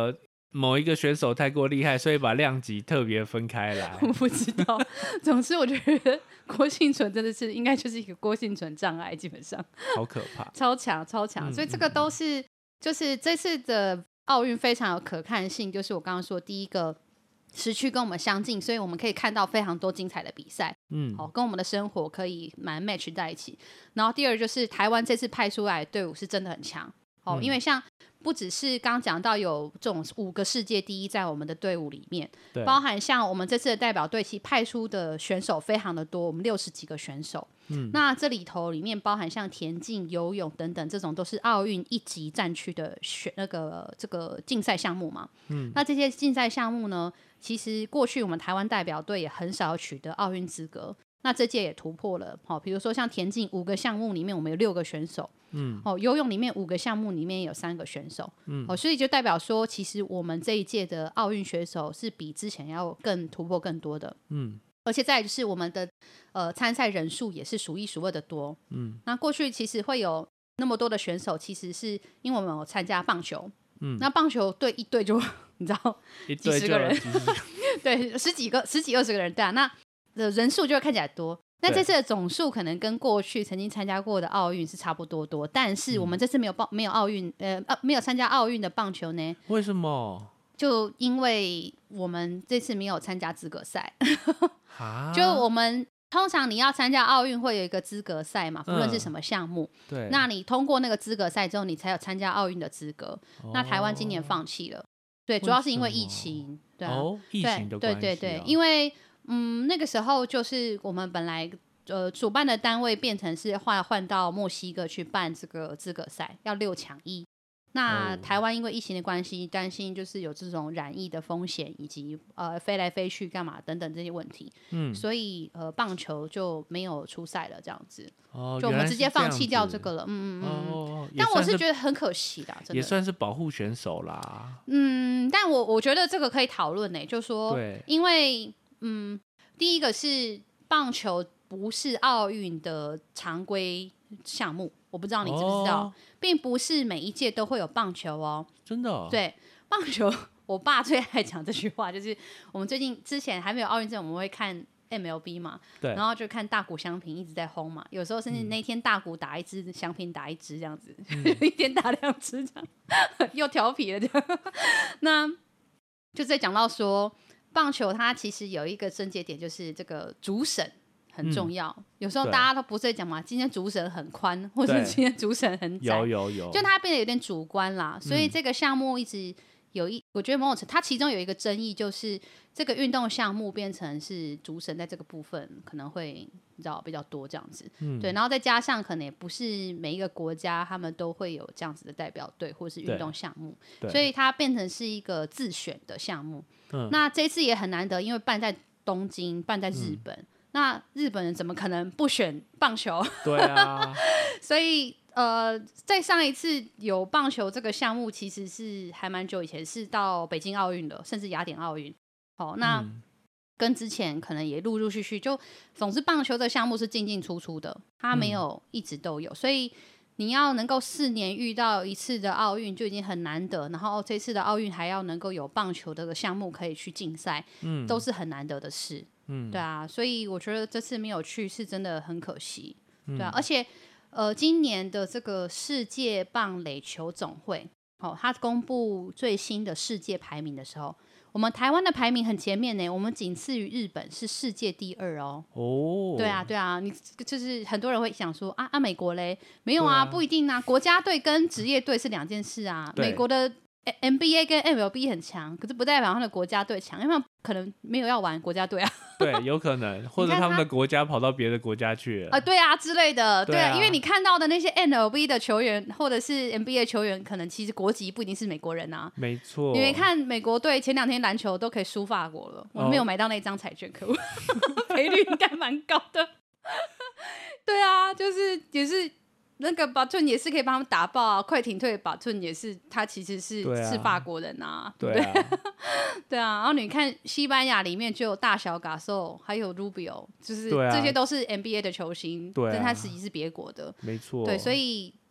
某一个选手太过厉害，所以把量级特别分开来？ 我不知道，总之我觉得郭婞淳真的是应该就是一个郭婞淳障碍，基本上好可怕， 超强超强，所以这个都是就是这次的奥运非常有可看性，就是我刚刚说第一个时区跟我们相近，所以我们可以看到非常多精彩的比赛，好，跟我们的生活可以蛮 match 在一起。然后第二就是台湾这次派出来的队伍是真的很强，因为像不只是刚刚讲到有这种5个世界第一在我们的队伍里面，包含像我们这次的代表队其实派出的选手非常的多，我们60几个选手，那这里头里面包含像田径、游泳等等，这种都是奥运1级战区的这个竞赛项目嘛，那这些竞赛项目呢，其实过去我们台湾代表队也很少取得奥运资格，那这届也突破了，比如说像田径5个项目里面我们有6个选手，游泳里面5个项目里面有3个选手，所以就代表说其实我们这一届的奥运选手是比之前要更突破更多的，而且再来就是我们的参赛人数也是数1数2的多，那过去其实会有那么多的选手，其实是因为我们有参加棒球，那棒球队一队就你知道几十个人对，十几20个人，对啊，那人数就会看起来多，那这次的总数可能跟过去曾经参加过的奥运是差不多多，但是我们这次没有奥运没有参加奥运的棒球呢？ 为什么？ 就因为我们这次没有参加资格赛就我们通常你要参加奥运会有一个资格赛嘛，不论是什么项目，对，那你通过那个资格赛之后你才有参加奥运的资格，那台湾今年放弃了，对，主要是因为疫情，对啊， 疫情的关系， 对，因为那个时候就是我们本来主办的单位变成是换到墨西哥去办这个资格赛，要6抢1，那台湾因为疫情的关系，担心就是有这种染疫的风险，以及飞来飞去干嘛等等这些问题，所以棒球就没有出赛了，这样子，就我们直接放弃掉这个了，但我是觉得很可惜的，真的也算是保护选手啦。 但我觉得这个可以讨论呢，就说因为第一个是棒球不是奥运的常规项目，我不知道你知不知道，并不是每一届都会有棒球哦，真的对，棒球我爸最爱讲这句话，就是我们之前还没有奥运之前，我们会看 MLB 嘛，对，然后就看大谷翔平一直在轰嘛，有时候甚至那天大谷打1支，翔平打1支这样子，一天打2支这样，又调皮了这样，那就在讲到说棒球它其实有一个症结点，就是这个主审很重要，有时候大家都不是在讲嘛，今天主审很宽，或者今天主审很窄，有，就它变得有点主观啦，所以这个项目一直我觉得某种它其中有一个争议，就是这个运动项目变成是主审在这个部分可能会你知道比较多这样子，对，然后再加上可能也不是每一个国家他们都会有这样子的代表队或是运动项目，所以它变成是一个自选的项目，那这次也很难得，因为办在东京，办在日本，那日本人怎么可能不选棒球？对啊，所以在上一次有棒球这个项目，其实是还蛮久以前，是到北京奥运的，甚至雅典奥运。那跟之前可能也陆陆续续，就总之棒球这个项目是进进出出的，它没有一直都有，所以你要能够4年遇到一次的奥运就已经很难得，然后这次的奥运还要能够有棒球这个项目可以去竞赛，都是很难得的事。对啊，所以我觉得这次没有去是真的很可惜，对啊，而且今年的这个世界棒垒球总会，它公布最新的世界排名的时候，我们台湾的排名很前面呢，我们仅次于日本，是世界第2哦。对啊，你就是很多人会想说美国嘞，没有啊，不一定啊，国家队跟职业队是2件事啊，美国的NBA 跟 MLB 很强，可是不代表他们的国家队强，因为可能没有要玩国家队啊。对， 有可能，或者他们的国家跑到别的国家去了对啊之类的，对啊，因为你看到的那些 MLB 的球员或者是 NBA 球员，可能其实国籍不一定是美国人啊。没错，因为看美国队前2天篮球都可以输法国了，我没有买到那张彩券，可恶，赔率应该蛮高的。对啊，就是也是。那个巴顿也是可以帮他们打爆啊，快艇队的巴顿也是，他其实是法国人啊，对不对？对啊，然后你看西班牙里面就有大小嘎兽，还有 Rubio， 就是这些都是 NBA 的球星，但他实际是别国的，没错。对，所以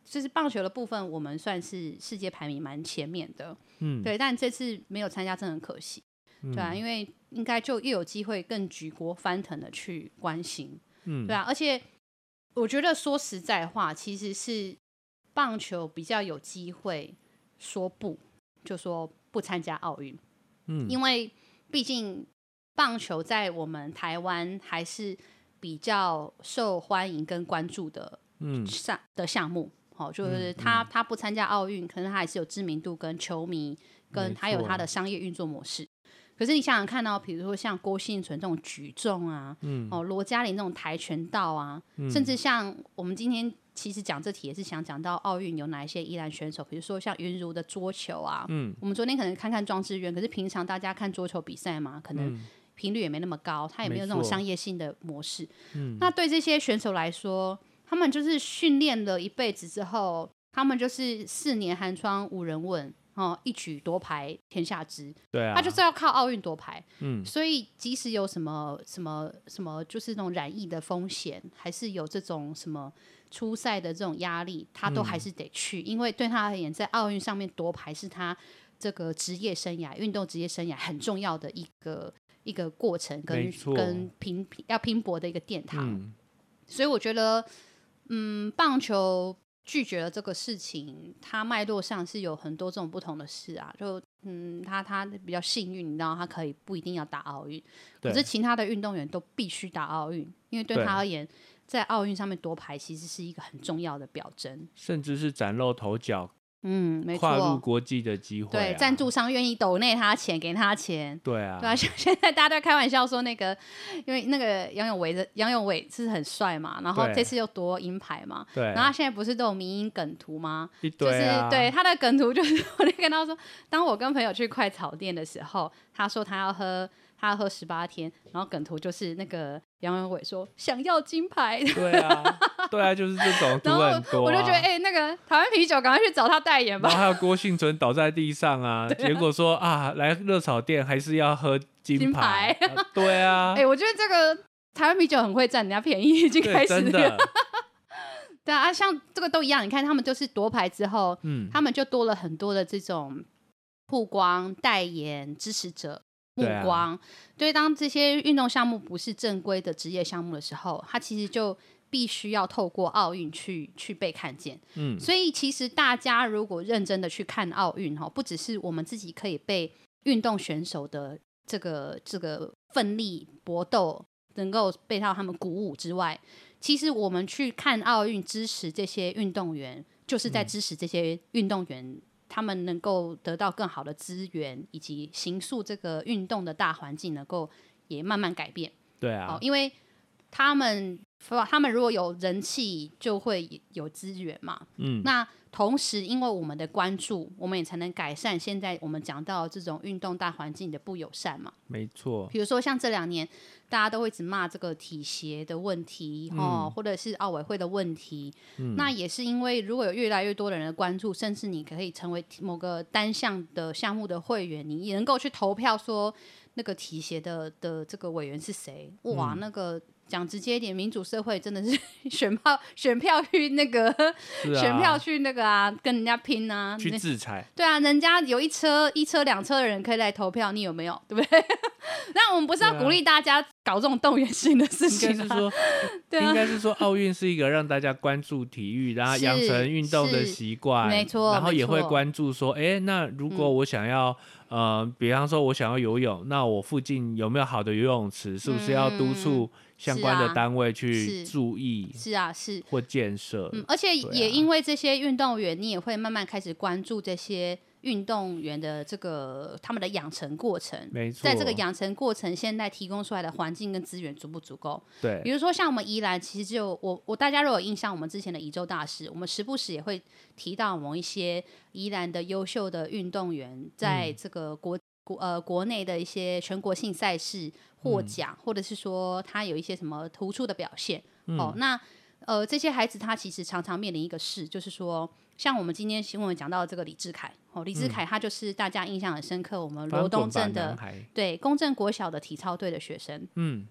就是棒球的部分，我们算是世界排名蛮前面的，对，但这次没有参加，真的很可惜，对啊，因为应该就又有机会更举国翻腾的去关心，对啊，而且我觉得说实在话，其实是棒球比较有机会说不，就说不参加奥运，因为毕竟棒球在我们台湾还是比较受欢迎跟关注的项目，就是他不参加奥运，可能他还是有知名度跟球迷，跟还有他的商业运作模式。可是你想想看到，比如说像郭婞淳这种举重啊，罗嘉玲这种跆拳道啊，甚至像我们今天其实讲这题也是想讲到奥运有哪一些宜兰选手，比如说像云如的桌球啊，我们昨天可能看庄智渊，可是平常大家看桌球比赛嘛，可能频率也没那么高，他也没有那种商业性的模式。那对这些选手来说，他们就是训练了一辈子之后，他们就是4年寒窗无人问，一举夺牌天下知。 对啊， 他就是要靠奥运夺牌。所以即使有什么就是那种染疫的风险，还是有这种什么出赛的这种压力，他都还是得去，因为对他而言，在奥运上面夺牌是他这个职业生涯、运动职业生涯很重要的一个过程跟要拼搏的一个殿堂。所以我觉得棒球拒绝了这个事情，它脉络上是有很多这种不同的事啊。就他比较幸运，你知道，他可以不一定要打奥运，可是其他的运动员都必须打奥运，因为对他而言，在奥运上面夺牌其实是一个很重要的表征， 甚至是崭露头角。 没错， 跨入国际的机会， 对，赞助商愿意抖内他钱，给他钱， 对啊， 现在大家都开玩笑说那个，因为那个杨永伟是很帅嘛，然后这次又夺银牌嘛， 对， 然后他现在不是都有迷因梗图吗？ 一堆啊， 就是对他的梗图，就是我就跟他说，当我跟朋友去快炒店的时候，他说他要喝18天，然后梗图就是那个杨永伟说想要金牌， 对啊，对啊，就是这种图很多， 我就觉得那个台湾啤酒赶快去找他代言吧。 然后还有郭婞淳倒在地上啊，结果说来热炒店还是要喝金牌，对啊， 我觉得这个台湾啤酒很会占人家便宜，已经开始真的。 对啊，像这个都一样，你看他们就是夺牌之后，他们就多了很多的这种曝光、代言、支持者。目光，对，当这些运动项目不是正规的职业项目的时候，它其实就必须要透过奥运去被看见。所以其实大家如果认真的去看奥运，不只是我们自己可以被运动选手的这个奋力搏斗能够被到他们鼓舞之外，其实我们去看奥运支持这些运动员，就是在支持这些运动员他们能够得到更好的资源，以及形塑这个运动的大环境能够也慢慢改变。 对啊， 因为他们如果有人气，就会有资源嘛。那同时因为我们的关注，我们也才能改善现在我们讲到这种运动大环境的不友善嘛。 没错， 比如说像这2年大家都会一直骂这个体协的问题，或者是奥委会的问题，那也是因为如果有越来越多的人的关注，甚至你可以成为某个单项的项目的会员，你也能够去投票说那个体协的这个委员是谁。哇，那个讲直接一点，民主社会真的是选票去那个、选票去那个跟人家拼啊， 去制裁。 对啊，人家有1车2车的人可以来投票，你有没有？对不对？那我们不是要鼓励大家搞这种动员性的事情吗？ 应该是说奥运是一个让大家关注体育，然后养成运动的习惯， 没错， 然后也会关注说，那如果我想要比方说我想要游泳，那我附近有没有好的游泳池？是不是要督促相关的单位去注意？ 是或建设。 而且也因为这些运动员，你也会慢慢开始关注这些运动员的这个他们的养成过程。 没错， 在这个养成过程，现在提供出来的环境跟资源足不足够？ 对， 比如说像我们宜兰，其实就我大家如果有印象，我们之前的宜州大使，我们时不时也会提到某一些宜兰的优秀的运动员，在这个国内的一些全国性赛事获奖，或者是说他有一些什么突出的表现。那这些孩子他其实常常面临一个事，就是说，像我们今天新闻讲到这个李智凯，李智凯他就是大家印象很深刻，我们罗东镇的对公正国小的体操队的学生。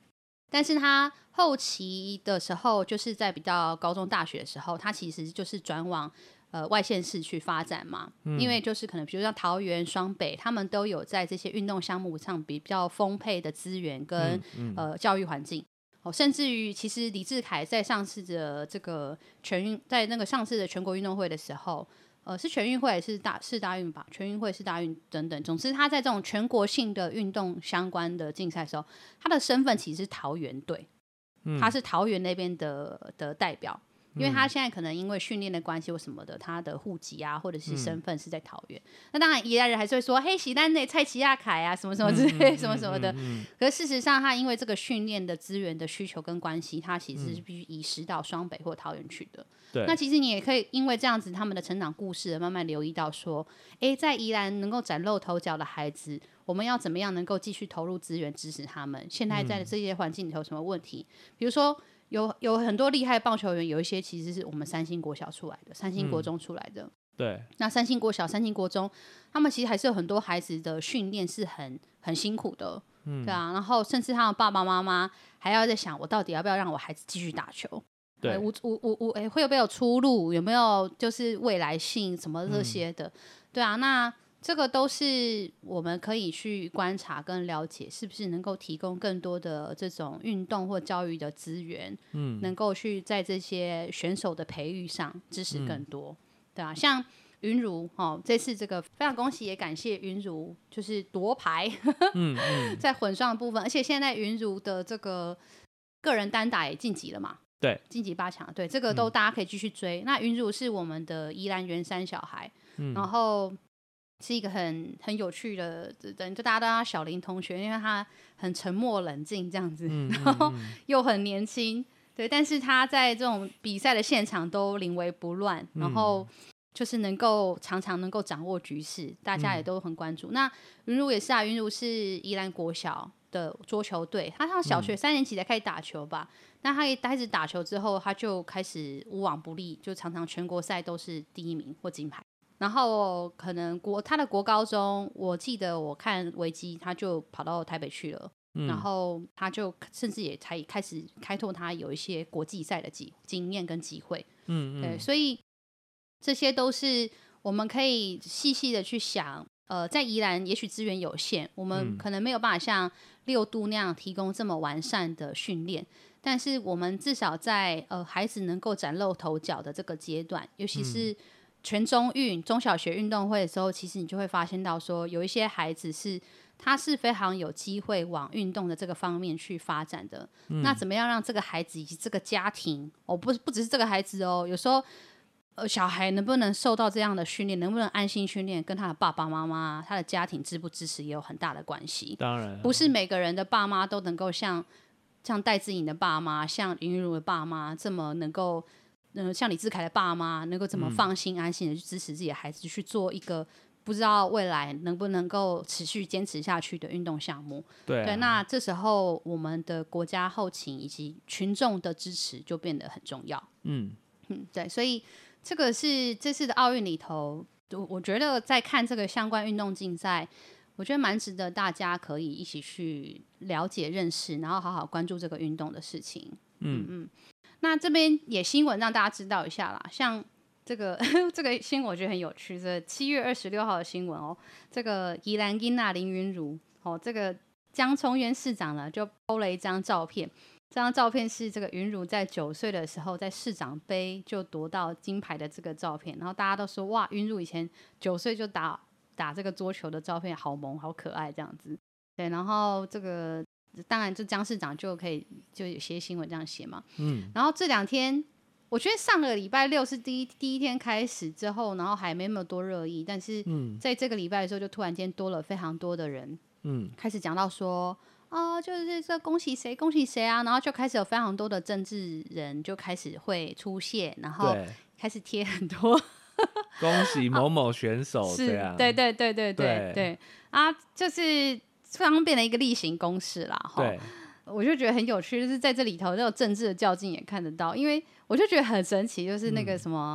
但是他后期的时候，就是在比较高中大学的时候，他其实就是转往外县市去发展嘛，因为就是可能比如像桃园、双北，他们都有在这些运动项目上比较丰沛的资源跟教育环境。甚至于，其实李志凯在上次的这个在那个上次的全国运动会的时候，是全运会还是世大运吧？全运会、世大运等等。总之，他在这种全国性的运动相关的竞赛的时候，他的身份其实是桃园队，他是桃园那边的代表。因为他现在可能因为训练的关系或什么的，他的户籍啊或者是身份是在桃园。那当然宜兰人还是会说，嘿，喜丹内蔡奇亚凯啊什么什么之类什么什么的。可是事实上，他因为这个训练的资源的需求跟关系，他其实是必须移师到双北或桃园去的。那其实你也可以因为这样子他们的成长故事慢慢留意到说，在宜兰能够崭露头角的孩子，我们要怎么样能够继续投入资源支持他们？现在在这些环境里头有什么问题？比如说有很多厉害棒球员，有一些其实是我们三星国小出来的，三星国中出来的。 对， 那三星国小、三星国中，他们其实还是有很多孩子的训练是很辛苦的，对啊。然后甚至他们爸爸妈妈还要在想，我到底要不要让我孩子继续打球？对，会不会有出路？有没有就是未来性什么这些的？对啊，那这个都是我们可以去观察跟了解，是不是能够提供更多的这种运动或教育的资源，能够去在这些选手的培育上支持更多，对啊，像云如这次这个非常恭喜也感谢云如就是夺牌在混双的部分，而且现在云如的这个个人单打也晋级了嘛， 对， 晋级8强，对，这个都大家可以继续追。那云如是我们的宜兰圆山小孩，然后是一个很有趣的，就大家都叫他小林同学，因为他很沉默冷静这样子，然后又很年轻，对，但是他在这种比赛的现场都临危不乱，然后就是常常能够掌握局势，大家也都很关注。那云如也是啊，云如是宜兰国小的桌球队，他上小学3年级才开始打球吧。那他开始打球之后，他就开始无往不利，就常常全国赛都是第1名或金牌。然后可能他的国高中，我记得我看维基，他就跑到台北去了，然后他就甚至也才开始开拓他有一些国际赛的经验跟机会。对，所以这些都是我们可以细细的去想。在宜兰也许资源有限，我们可能没有办法像6都那样提供这么完善的训练，但是我们至少在孩子能够崭露头角的这个阶段，尤其是全中运中小学运动会的时候，其实你就会发现到说，有一些孩子他是非常有机会往运动的这个方面去发展的。那怎么样让这个孩子以及这个家庭，不只是这个孩子有时候小孩能不能受到这样的训练，能不能安心训练，跟他的爸爸妈妈、他的家庭支不支持也有很大的关系。 当然， 不是每个人的爸妈都能够像戴资颖的爸妈、像云如的爸妈这么能够，像李志凯的爸妈能够这么放心、安心的去支持自己的孩子去做一个不知道未来能不能够持续坚持下去的运动项目。对，那这时候我们的国家后勤以及群众的支持就变得很重要。对，所以这个是这次的奥运里头，我觉得在看这个相关运动竞赛，我觉得蛮值得大家可以一起去了解认识，然后好好关注这个运动的事情。那这边也新闻让大家知道一下啦，像这个这个新闻我觉得很有趣，这7月26号的新闻哦，这个宜兰囡仔林云如这个江聪渊市长呢就 po 了一张照片。这张照片是这个云如在9岁的时候在市长杯就夺到金牌的这个照片，然后大家都说哇，云如以前9岁就打这个桌球的照片好萌好可爱这样子。对，然后这个当然就江市长就可以就有些新闻这样写嘛。然后这2天我觉得上个礼拜6是第一天开始之后，然后还没那么多热议，但是在这个礼拜的时候就突然间多了非常多的人开始讲到说就是这恭喜谁恭喜谁啊，然后就开始有非常多的政治人就开始会出现，然后开始贴很多恭喜某某选手这样。 对啊，就是非常变成一个例行公事啦。对，我就觉得很有趣，就是在这里头这种政治的较劲也看得到，因为我就觉得很神奇，就是那个什么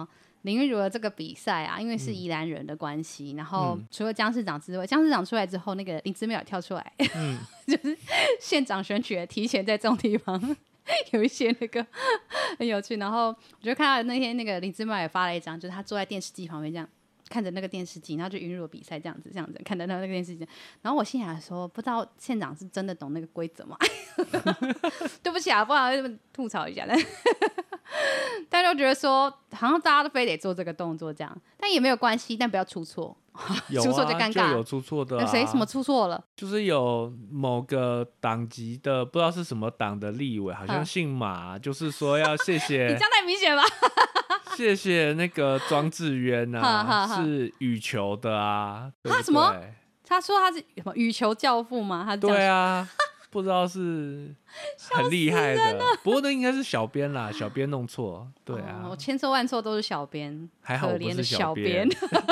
林昀儒的这个比赛啊，因为是宜兰人的关系，然后除了江市长之外，江市长出来之后，那个林姿妙也跳出来，就是县长选举提前在这种地方有一些那个很有趣。然后我就看到那天那个林姿妙也发了一张，就是他坐在电视机旁边这样看着那个电视机，然后就昀儒比赛这样子看着那个电视机，然后我心想说，不知道县长是真的懂那个规则吗？对不起啊，不好意思吐槽一下，但就觉得说好像大家都非得做这个动作这样，但也没有关系，但不要出错。 有出错就尴尬， 就有出错的啊。 谁什么出错了？ 就是有某个党籍的不知道是什么党的立委，好像姓马，就是说要谢谢你这样太明显吧？ 谢谢那个庄智渊啊，是羽球的啊。他什么？他说他是什么羽球教父吗？他对啊。不知道是很厉害的，不过那应该是小编啦，小编弄错，对啊， 我千错万错都是小编， 还好我不是小编。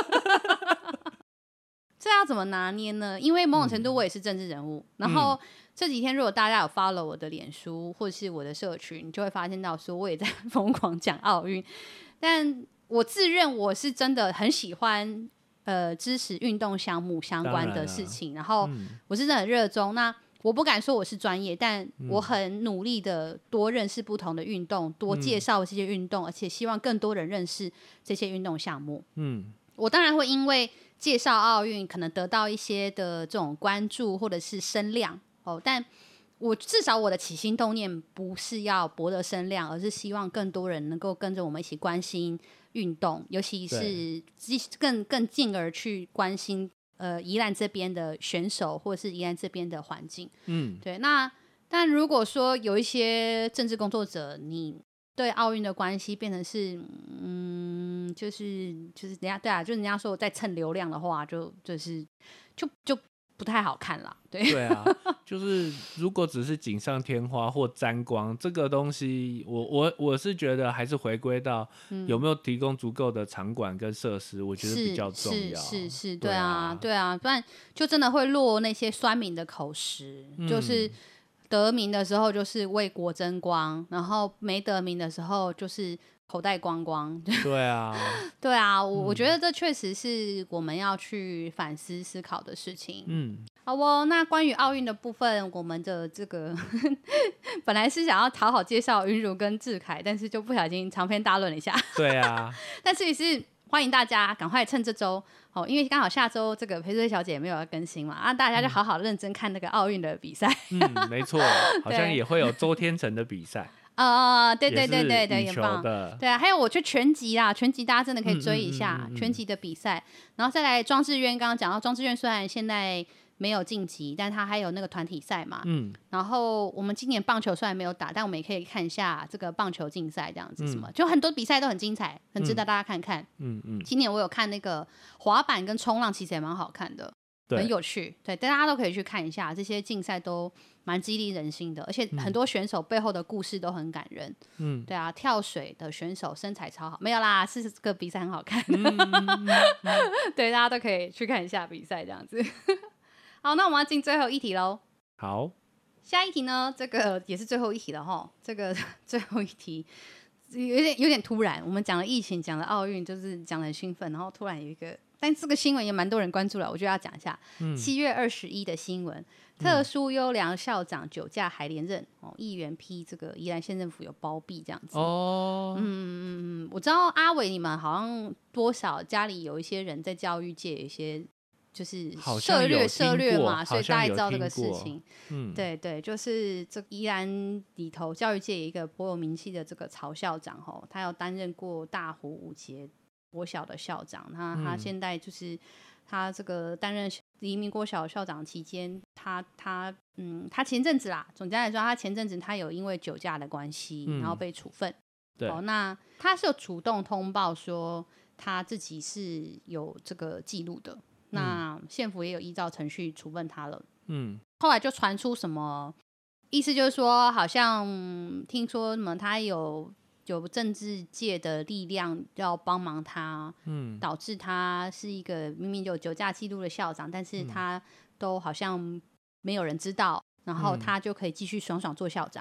这要怎么拿捏呢？因为某种程度我也是政治人物，然后这几天如果大家有 follow 我的脸书或是我的社群，你就会发现到说我也在疯狂讲奥运，但我自认我是真的很喜欢支持运动项目相关的事情，然后我是真的很热衷。那我不敢说我是专业，但我很努力的多认识不同的运动，多介绍这些运动，而且希望更多人认识这些运动项目。我当然会因为介绍奥运可能得到一些的这种关注或者是声量但我至少我的起心动念不是要博得声量，而是希望更多人能够跟着我们一起关心运动，尤其是更进而去关心宜兰这边的选手，或者是宜兰这边的环境。对。那但如果说有一些政治工作者，你对奥运的关系变成是就是人家对啊，就是人家说我在蹭流量的话，就不太好看啦。对啊，就是如果只是锦上添花或沾光这个东西，我是觉得还是回归到有没有提供足够的场馆跟设施，我觉得比较重要。 是，对啊，不然就真的会落那些酸民的口实，就是得名的时候就是为国争光，然后没得名的时候就是口袋光光。 对啊， 对啊，我觉得这确实是我们要去反思思考的事情。好哦，那关于奥运的部分，我们的这个本来是想要讨好介绍昀儒跟智凯，但是就不小心长篇大论了一下。 对啊， 但是也是欢迎大家赶快趁这周因为刚好下周这个裴瑞小姐也没有要更新嘛，大家就好好认真看那个奥运的比赛。 没错，好像也会有周天成的比赛。 对，也棒。对啊，还有我觉得拳击啦，拳击大家真的可以追一下拳击的比赛。然后再来庄智渊，刚刚讲到庄智渊虽然现在没有晋级，但他还有那个团体赛嘛。然后我们今年棒球虽然没有打，但我们也可以看一下这个棒球竞赛这样子什么，就很多比赛都很精彩，很值得大家看看。今年我有看那个滑板跟冲浪，其实也蛮好看的。很有趣，对，大家都可以去看一下，这些竞赛都蛮激励人心的，而且很多选手背后的故事都很感人。对啊，跳水的选手身材超好，没有啦，是这个比赛很好看。对，大家都可以去看一下比赛这样子。好，那我们要进最后一题咯。 好， 下一题呢，这个也是最后一题了齁，这个最后一题有点突然，我们讲了疫情，讲了奥运，就是讲得很兴奋，然后突然有一个，但这个新闻也蛮多人关注了，我就要讲一下。7月21的新闻，特殊优良校长酒驾还连任，议员批这个宜兰县政府有包庇这样子。我知道阿伟你们好像多少家里有一些人在教育界有一些就是涉略嘛，所以大家知道这个事情。对，就是这宜兰里头教育界有一个颇有名气的这个曹校长他有担任过大湖五节国小的校长，他现在就是他这个担任黎明国小校长期间，他前阵子啦，总结来说，他前阵子他有因为酒驾的关系，然后被处分。那他是有主动通报说他自己是有这个记录的。那县府也有依照程序处分他了。后来就传出什么意思，就是说好像听说什么他有政治界的力量要帮忙他，导致他是一个明明有酒驾记录的校长，但是他都好像没有人知道，然后他就可以继续爽爽做校长。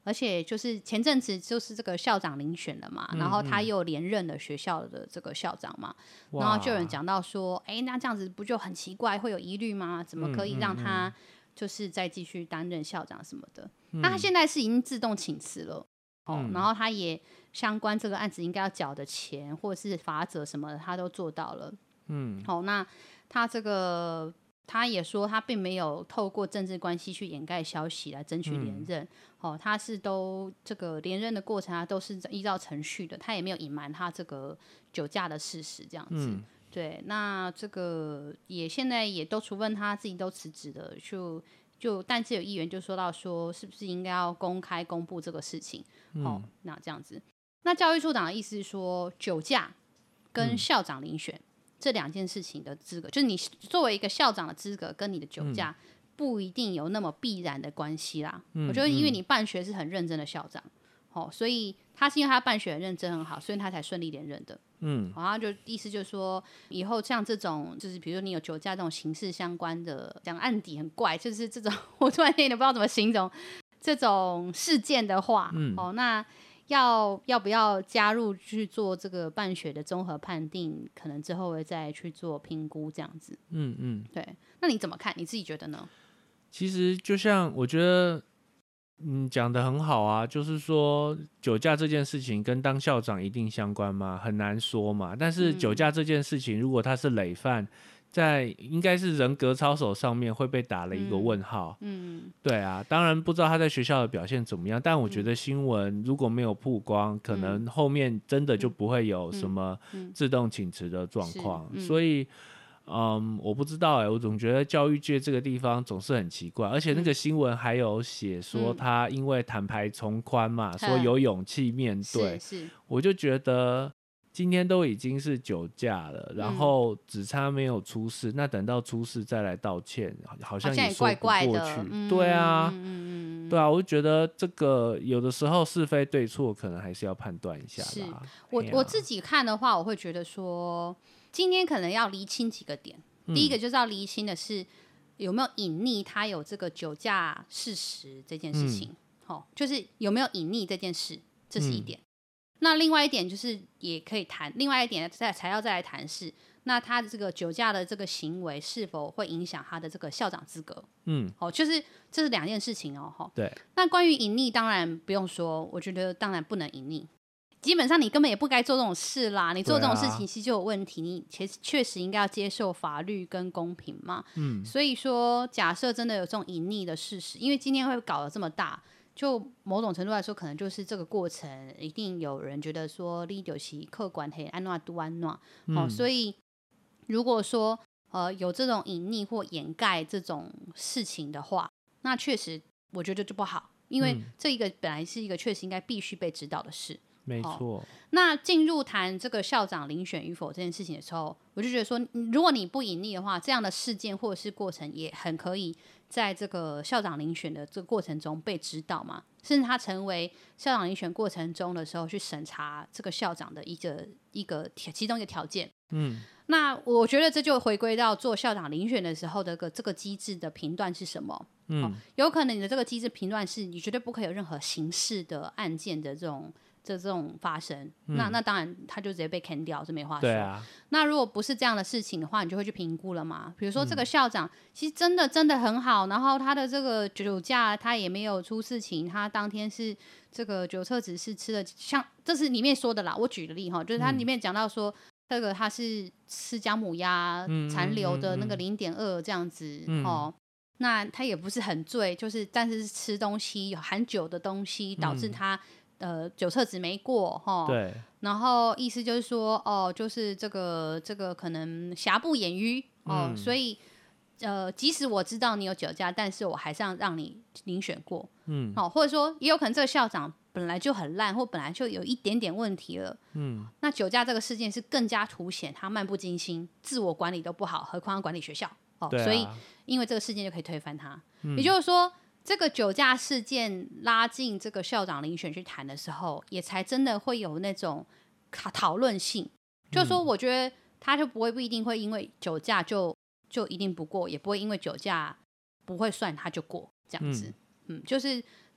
而且就是前阵子就是这个校长遴选了嘛，然后他又连任了学校的这个校长嘛，然后就有人讲到说，那这样子不就很奇怪，会有疑虑吗？怎么可以让他就是再继续担任校长什么的？那他现在是已经自动请辞了，然后他也相关这个案子应该要缴的钱或者是罚则什么的，他都做到了。那他这个他也说他并没有透过政治关系去掩盖消息来争取连任，他是都这个连任的过程他都是依照程序的，他也没有隐瞒他这个酒驾的事实这样子。对，那这个也现在也都处分他自己都辞职了，但是有议员就说到说，是不是应该要公开公布这个事情？那这样子，那教育处长的意思是说，酒驾跟校长遴选这两件事情的资格，就是你作为一个校长的资格跟你的酒驾不一定有那么必然的关系啦。我觉得因为你办学是很认真的校长，所以他是因为他办学很认真很好，所以他才顺利连任的。然后就意思就是说，以后像这种就是比如说你有酒驾这种刑事相关的，讲案底很怪，就是这种我突然有点不知道怎么形容这种事件的话，那要不要加入去做这个办学的综合判定，可能之后会再去做评估这样子。对，那你怎么看？你自己觉得呢？ 其实就像我觉得讲得很好啊，就是说酒驾这件事情跟当校长一定相关吗？很难说嘛。但是酒驾这件事情，如果他是累犯，在应该是人格操守上面会被打了一个问号。对啊，当然不知道他在学校的表现怎么样，但我觉得新闻如果没有曝光，可能后面真的就不会有什么自动请辞的状况。所以我不知道我总觉得教育界这个地方总是很奇怪，而且那个新闻还有写说他因为坦白从宽嘛，说有勇气面对，我就觉得今天都已经是酒驾了，然后只差没有出事，那等到出事再来道歉，好像也说不过去。对啊，对啊，我就觉得这个有的时候是非对错可能还是要判断一下啦。 我自己看的话，我会觉得说今天可能要厘清几个点。第一个就是要厘清的是有没有隐匿他有这个酒驾事实这件事情，就是有没有隐匿这件事，这是一点。那另外一点就是也可以谈，另外一点才要再来谈是，那他这个酒驾的这个行为是否会影响他的这个校长资格？就是这是两件事情哦。 对。那关于隐匿，当然不用说，我觉得当然不能隐匿。基本上你根本也不该做这种事啦，你做这种事情其实就有问题，你确实应该要接受法律跟公平嘛。所以说假设真的有这种隐匿的事实，因为今天会搞得这么大，就某种程度来说，可能就是这个过程一定有人觉得说你就是客观黑安诺都安诺，所以如果说有这种隐匿或掩盖这种事情的话，那确实我觉得就不好，因为这一个本来是一个确实应该必须被知道的事。 没错。 那进入谈这个校长遴选与否这件事情的时候，我就觉得说，如果你不隐匿的话，这样的事件或者是过程也很可以在这个校长遴选的这个过程中被知道嘛，甚至他成为校长遴选过程中的时候去审查这个校长的其中一个条件。那我觉得这就回归到做校长遴选的时候的这个机制的评断是什么。有可能你的这个机制评断是你绝对不可以有任何刑事的案件的这种发生，那当然他就直接被 can 掉，这没话说。对啊。那如果不是这样的事情的话，你就会去评估了嘛。比如说这个校长其实真的很好，然后他的这个酒驾他也没有出事情，他当天是这个酒测只是吃了，像这是里面说的啦，我举个例就是他里面讲到说这个他是吃姜母鸭残留的那个0.2这样子那他也不是很醉，但是吃东西有含酒的东西导致他酒测值没过对，然后意思就是说就是这个可能瑕不掩瑜所以即使我知道你有酒驾，但是我还是要让你遴选过或者说也有可能这个校长本来就很烂，或本来就有一点点问题了那酒驾这个事件是更加凸显他漫不经心，自我管理都不好，何况要管理学校所以因为这个事件就可以推翻他也就是说这个酒驾事件拉进这个校长遴选去谈的时候，也才真的会有那种讨论性就是说我觉得他就不一定会因为酒驾就一定不过，也不会因为酒驾不会算他就过这样子就是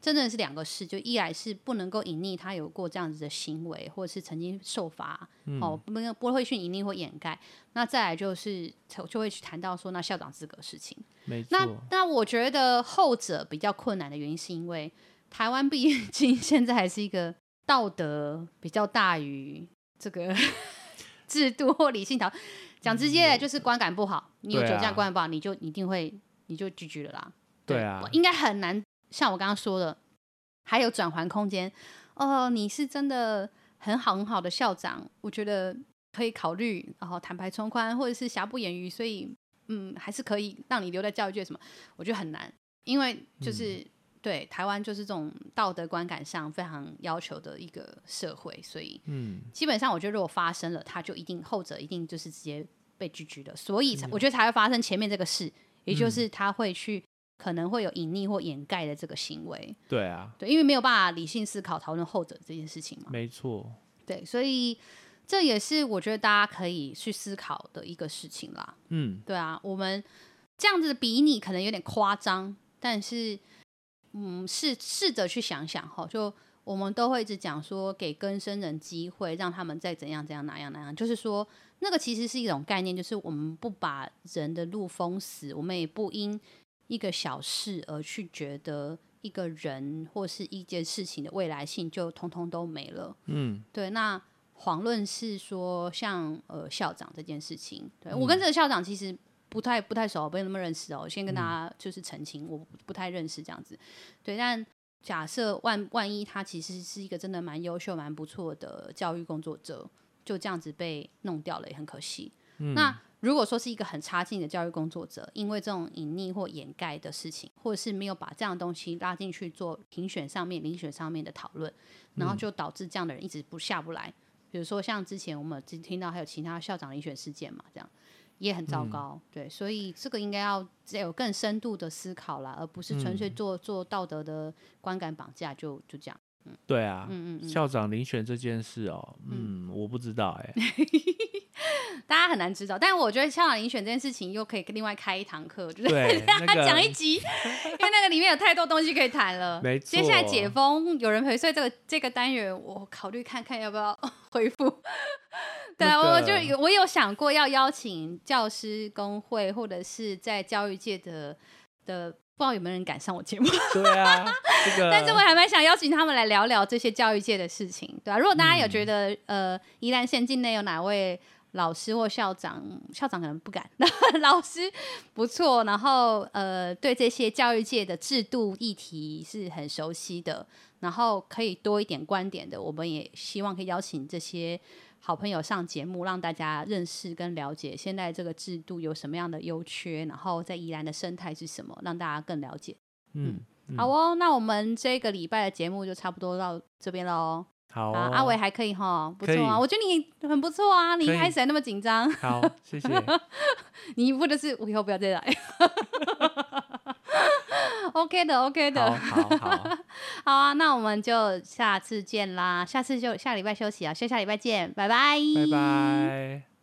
真的是两个事，就一来是不能够隐匿他有过这样子的行为，或者是曾经受罚，不会去隐匿或掩盖。那再来就是就会去谈到说那校长资格的事情。 没错。 那我觉得后者比较困难的原因是因为台湾毕竟现在还是一个道德比较大于这个制度或理性讲直接的就是观感不好，你有酒驾观感不好，你就一定会你就拒了啦。 对啊， 应该很难像我刚刚说的还有转圜空间。你是真的很好的校长，我觉得可以考虑然后坦白从宽，或者是瑕不掩瑜，所以还是可以让你留在教育界什么，我觉得很难，因为就是对台湾就是这种道德观感上非常要求的一个社会，所以基本上我觉得如果发生了，他就一定后者一定就是直接被拒的，所以我觉得才会发生前面这个事，也就是他会去可能会有隐匿或掩盖的这个行为。 对啊， 对，因为没有办法理性思考讨论后者这件事情嘛。 没错。 对，所以这也是我觉得大家可以去思考的一个事情啦。对啊，我们这样子比拟可能有点夸张，但是试着去想想哈，就我们都会一直讲说给更生人机会，让他们再怎样哪样，就是说那个其实是一种概念，就是我们不把人的路封死，我们也不因一个小事而去觉得一个人或是一件事情的未来性就通通都没了。对，那遑论是说像校长这件事情，对，我跟这个校长其实不太熟，不那么认识哦。我先跟大家就是澄清，我不太认识这样子。对，但假设万一他其实是一个真的蛮优秀、蛮不错的教育工作者，就这样子被弄掉了，也很可惜。那如果说是一个很差劲的教育工作者，因为这种隐匿或掩盖的事情，或者是没有把这样的东西拉进去做遴选上面的讨论，然后就导致这样的人一直下不来。比如说像之前我们听到还有其他校长遴选事件嘛，这样也很糟糕。对，所以这个应该要有更深度的思考啦，而不是纯粹做道德的观感绑架，就这样。 对啊，校长遴选这件事我不知道大家很难知道，但我觉得校长遴选这件事情又可以另外开一堂课，就是讲一集，因为那个里面有太多东西可以谈了。 没错， 接下来解封有人陪，所以这个单元我考虑看看要不要恢复。对啊，我有想过要邀请教师工会或者是在教育界的不知道有没有人敢上我节目。 对啊， 但是我还蛮想邀请他们来聊聊这些教育界的事情，对啊，如果大家有觉得宜兰县境内有哪位老师或校长可能不敢，老师不错，然后对这些教育界的制度议题是很熟悉的，然后可以多一点观点的，我们也希望可以邀请这些好朋友上节目，让大家认识跟了解现在这个制度有什么样的优缺，然后在宜兰的生态是什么，让大家更了解。好哦，那我们这个礼拜的节目就差不多到这边咯。 好阿伟还可以哈，不错啊，我觉得你很不错啊，你一开始还那么紧张。 好，谢谢。 你或者是我以后不要再来。OK 的。好啊，那我们就下次见啦，下礼拜休息啊，下礼拜见，拜拜。 拜拜。